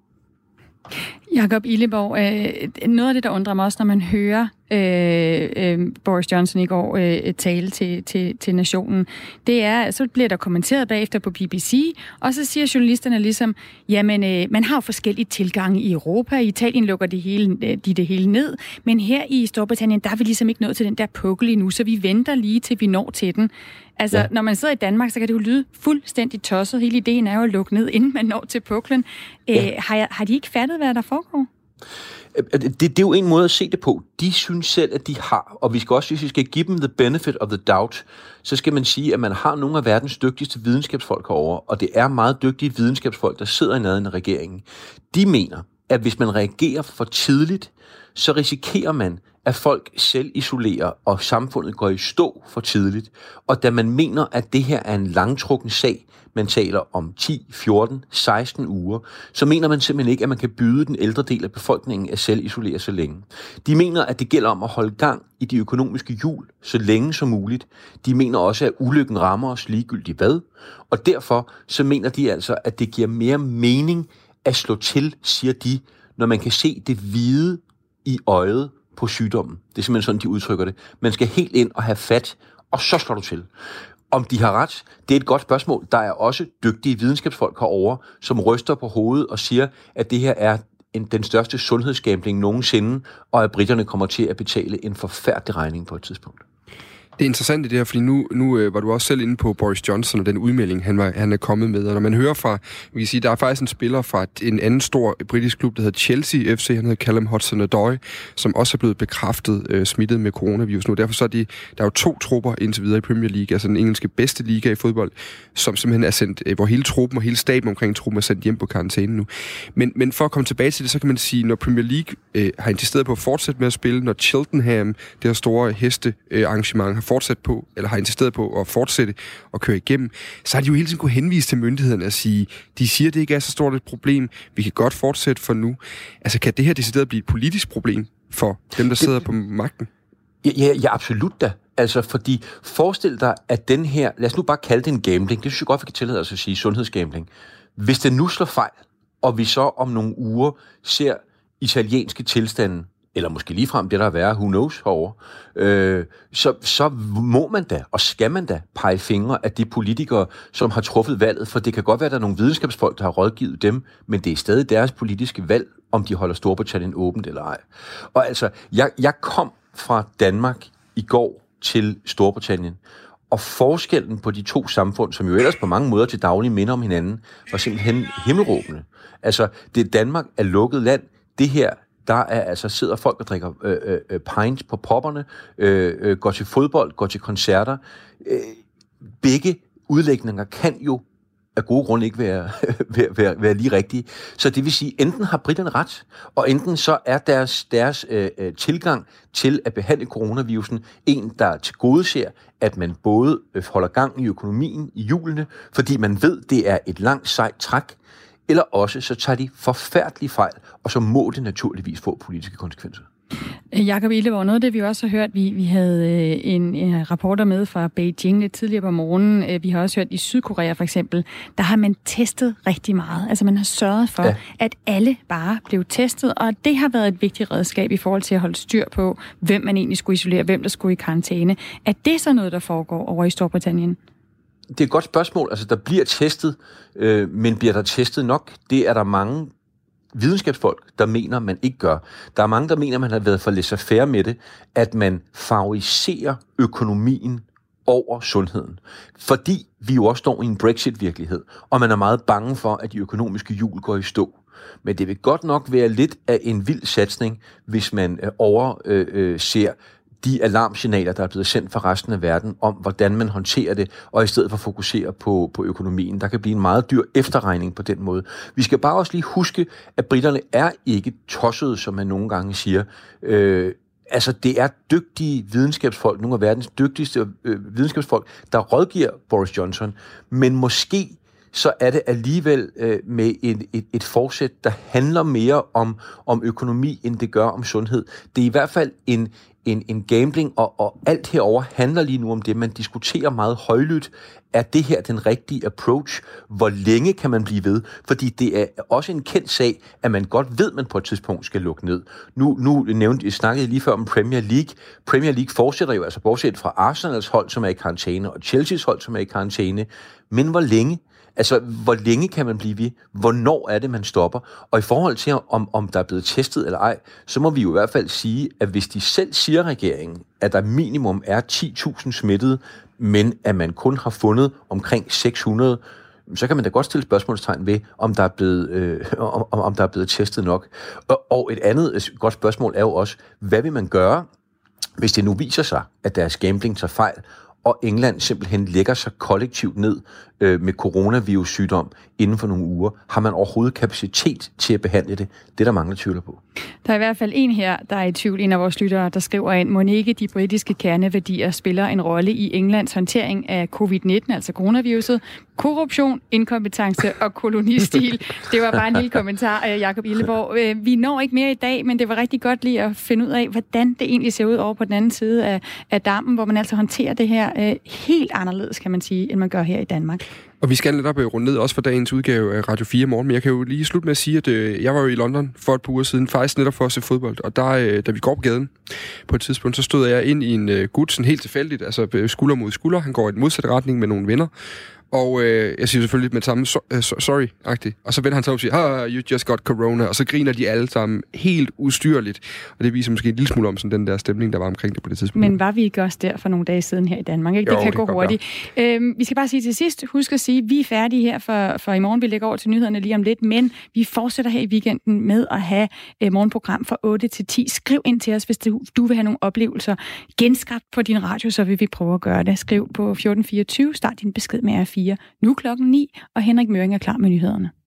Jakob Illeborg, øh, noget af det, der undrer mig også, når man hører øh, øh, Boris Johnson i går øh, tale til, til, til nationen, det er, så bliver der kommenteret bagefter på B B C, og så siger journalisterne ligesom, jamen, øh, man har jo forskellige tilgange i Europa, i Italien lukker de, hele, de det hele ned, men her i Storbritannien, der er vi ligesom ikke nået til den der pukkel endnu, så vi venter lige til vi når til den. Altså, ja. Når man sidder i Danmark, så kan det jo lyde fuldstændig tosset. Hele ideen er jo at lukke ned, inden man når til puklen. Ja. Øh, har, har de ikke fattet, hvad der foregår? Det, det er jo en måde at se det på. De synes selv, at de har, og vi skal også, hvis vi skal give dem the benefit of the doubt, så skal man sige, at man har nogle af verdens dygtigste videnskabsfolk herovre, og det er meget dygtige videnskabsfolk, der sidder i nærheden af regeringen. De mener, at hvis man reagerer for tidligt, så risikerer man, at folk selv isolerer, og samfundet går i stå for tidligt. Og da man mener, at det her er en langtrukken sag, man taler om ti, fjorten, seksten uger, så mener man simpelthen ikke, at man kan byde den ældre del af befolkningen at selv isolere så længe. De mener, at det gælder om at holde gang i de økonomiske hjul så længe som muligt. De mener også, at ulykken rammer os ligegyldigt hvad. Og derfor så mener de altså, at det giver mere mening at slå til, siger de, når man kan se det hvide i øjet på sygdommen. Det er simpelthen sådan, de udtrykker det. Man skal helt ind og have fat, og så slår du til. Om de har ret, det er et godt spørgsmål. Der er også dygtige videnskabsfolk herovre, som ryster på hovedet og siger, at det her er en, den største sundhedsgambling nogensinde, og at britterne kommer til at betale en forfærdelig regning på et tidspunkt. Det er interessant i det her, fordi nu, nu øh, var du også selv inde på Boris Johnson og den udmelding, han, var, han er kommet med. Og når man hører fra, vi kan sige, der er faktisk en spiller fra en anden stor britisk klub, der hedder Chelsea F C, han hedder Callum Hudson-Odoi, som også er blevet bekræftet øh, smittet med coronavirus nu. Derfor så er de, der er jo to trupper indtil videre i Premier League, altså den engelske bedste liga i fodbold, som simpelthen er sendt, øh, hvor hele truppen og hele staben omkring truppen er sendt hjem på karantæne nu. Men, men for at komme tilbage til det, så kan man sige, når Premier League øh, har insisteret på at fortsætte med at spille, når Cheltenham, det her store hestearrangement, har fortsat på, eller har insisteret på at fortsætte og køre igennem, så har de jo hele tiden kunne henvise til myndighederne og sige, de siger, at det ikke er så stort et problem, vi kan godt fortsætte for nu. Altså, kan det her decideret blive et politisk problem for dem, der sidder det, på magten? Ja, ja, ja, absolut da. Altså, fordi forestil dig, at den her, lad os nu bare kalde det en gambling, det synes jeg godt, vi kan tillade os at sige, sundhedsgambling. Hvis det nu slår fejl, og vi så om nogle uger ser italienske tilstande, eller måske ligefrem det, der er værre, who knows herovre, øh, så, så må man da, og skal man da, pege fingre af de politikere, som har truffet valget, for det kan godt være, at der er nogle videnskabsfolk, der har rådgivet dem, men det er stadig deres politiske valg, om de holder Storbritannien åbent eller ej. Og altså, jeg, jeg kom fra Danmark i går til Storbritannien, og forskellen på de to samfund, som jo ellers på mange måder til daglig minder om hinanden, var simpelthen himmelråbende. Altså, det Danmark er lukket land, det her, der er altså sidder folk og drikker øh, øh, pints på popperne, øh, øh, går til fodbold, går til koncerter. Øh, begge udlægninger kan jo af gode grunde ikke være, være, være, være lige rigtige. Så det vil sige, enten har britterne ret, og enten så er deres, deres øh, tilgang til at behandle coronavirusen en, der tilgodeser, at man både holder gang i økonomien, i hjulene, fordi man ved, det er et langt sejt træk, eller også så tager de forfærdelige fejl, og så må det naturligvis få politiske konsekvenser. Jakob Illeborg, noget af det, vi også har hørt, vi, vi havde en, en rapporter med fra Beijing lidt tidligere på morgenen. Vi har også hørt i Sydkorea for eksempel, der har man testet rigtig meget. Altså man har sørget for, ja. at alle bare blev testet, og det har været et vigtigt redskab i forhold til at holde styr på, hvem man egentlig skulle isolere, hvem der skulle i karantæne. Er det så noget, der foregår over i Storbritannien? Det er et godt spørgsmål. Altså, der bliver testet, øh, men bliver der testet nok? Det er der mange videnskabsfolk, der mener, man ikke gør. Der er mange, der mener, man har været for laissez-faire med det, at man favoriserer økonomien over sundheden. Fordi vi jo også står i en Brexit-virkelighed, og man er meget bange for, at de økonomiske hjul går i stå. Men det vil godt nok være lidt af en vild satsning, hvis man øh, overser øh, ser de alarmsignaler, der er blevet sendt fra resten af verden, om hvordan man håndterer det, og i stedet for at fokusere på, på økonomien. Der kan blive en meget dyr efterregning på den måde. Vi skal bare også lige huske, at britterne er ikke tossede, som man nogle gange siger. Øh, altså, det er dygtige videnskabsfolk, nogle af verdens dygtigste øh, videnskabsfolk, der rådgiver Boris Johnson, men måske så er det alligevel øh, med et, et, et forsæt, der handler mere om, om økonomi, end det gør om sundhed. Det er i hvert fald en En, en gambling, og, og alt herover handler lige nu om det, man diskuterer meget højlydt. Er det her den rigtige approach? Hvor længe kan man blive ved? Fordi det er også en kendt sag, at man godt ved, at man på et tidspunkt skal lukke ned. Nu, nu nævnte, jeg snakkede lige før om Premier League. Premier League fortsætter jo, altså bortset fra Arsenals hold, som er i karantæne, og Chelseas hold, som er i karantæne. Men hvor længe? Altså, hvor længe kan man blive ved? Hvornår er det, man stopper? Og i forhold til, om, om der er blevet testet eller ej, så må vi jo i hvert fald sige, at hvis de selv siger regeringen, at der minimum er ti tusind smittede, men at man kun har fundet omkring seks hundrede, så kan man da godt stille spørgsmålstegn ved, om der er blevet, øh, om, om der er blevet testet nok. Og, og et andet godt spørgsmål er jo også, hvad vil man gøre, hvis det nu viser sig, at deres gambling tager fejl, og England simpelthen lægger sig kollektivt ned øh, med coronavirus-sygdom inden for nogle uger. Har man overhovedet kapacitet til at behandle det? Det er der mange, der tvivler på. Der er i hvert fald en her, der er i tvivl, en af vores lyttere, der skriver ind, må ikke de britiske kerneværdier spiller en rolle i Englands håndtering af covid nitten, altså coronaviruset, korruption, inkompetence og kolonistil. Det var bare en lille kommentar af Jakob Illeborg. Vi når ikke mere i dag, men det var rigtig godt lige at finde ud af, hvordan det egentlig ser ud over på den anden side af, af dammen, hvor man altså håndterer det her øh, helt anderledes, kan man sige, end man gør her i Danmark. Og vi skal netop runde ned også for dagens udgave af Radio fire Morgen, men jeg kan jo lige slutte med at sige, at øh, jeg var jo i London for et par uger siden, faktisk netop for at se fodbold, og der, øh, da vi går på gaden på et tidspunkt, så stod jeg ind i en øh, gut, sådan helt tilfældigt, altså skulder mod skulder, han går i den modsatte retning med nogle venner, og øh, jeg siger selvfølgelig med samme so, uh, sorry-agtigt, og så vender han sig op og siger, ah, you just got corona, og så griner de alle sammen helt ustyrligt, og det viser måske en lille smule om sådan den der stemning, der var omkring det på det tidspunkt. Men var vi ikke også der for nogle dage siden her i Danmark? Ikke? Jo, det kan det gå kan hurtigt. Øhm, vi skal bare sige til sidst, husk at sige, vi er færdige her for, for i morgen, vi lægger over til nyhederne lige om lidt, men vi fortsætter her i weekenden med at have øh, morgenprogram fra otte til ti. Skriv ind til os, hvis du, du vil have nogle oplevelser genskabt på din radio, så vil vi prøve at gøre det. Skriv på fjorten fireogtyve, start din besked med R fire. Nu klokken ni, og Henrik Møring er klar med nyhederne.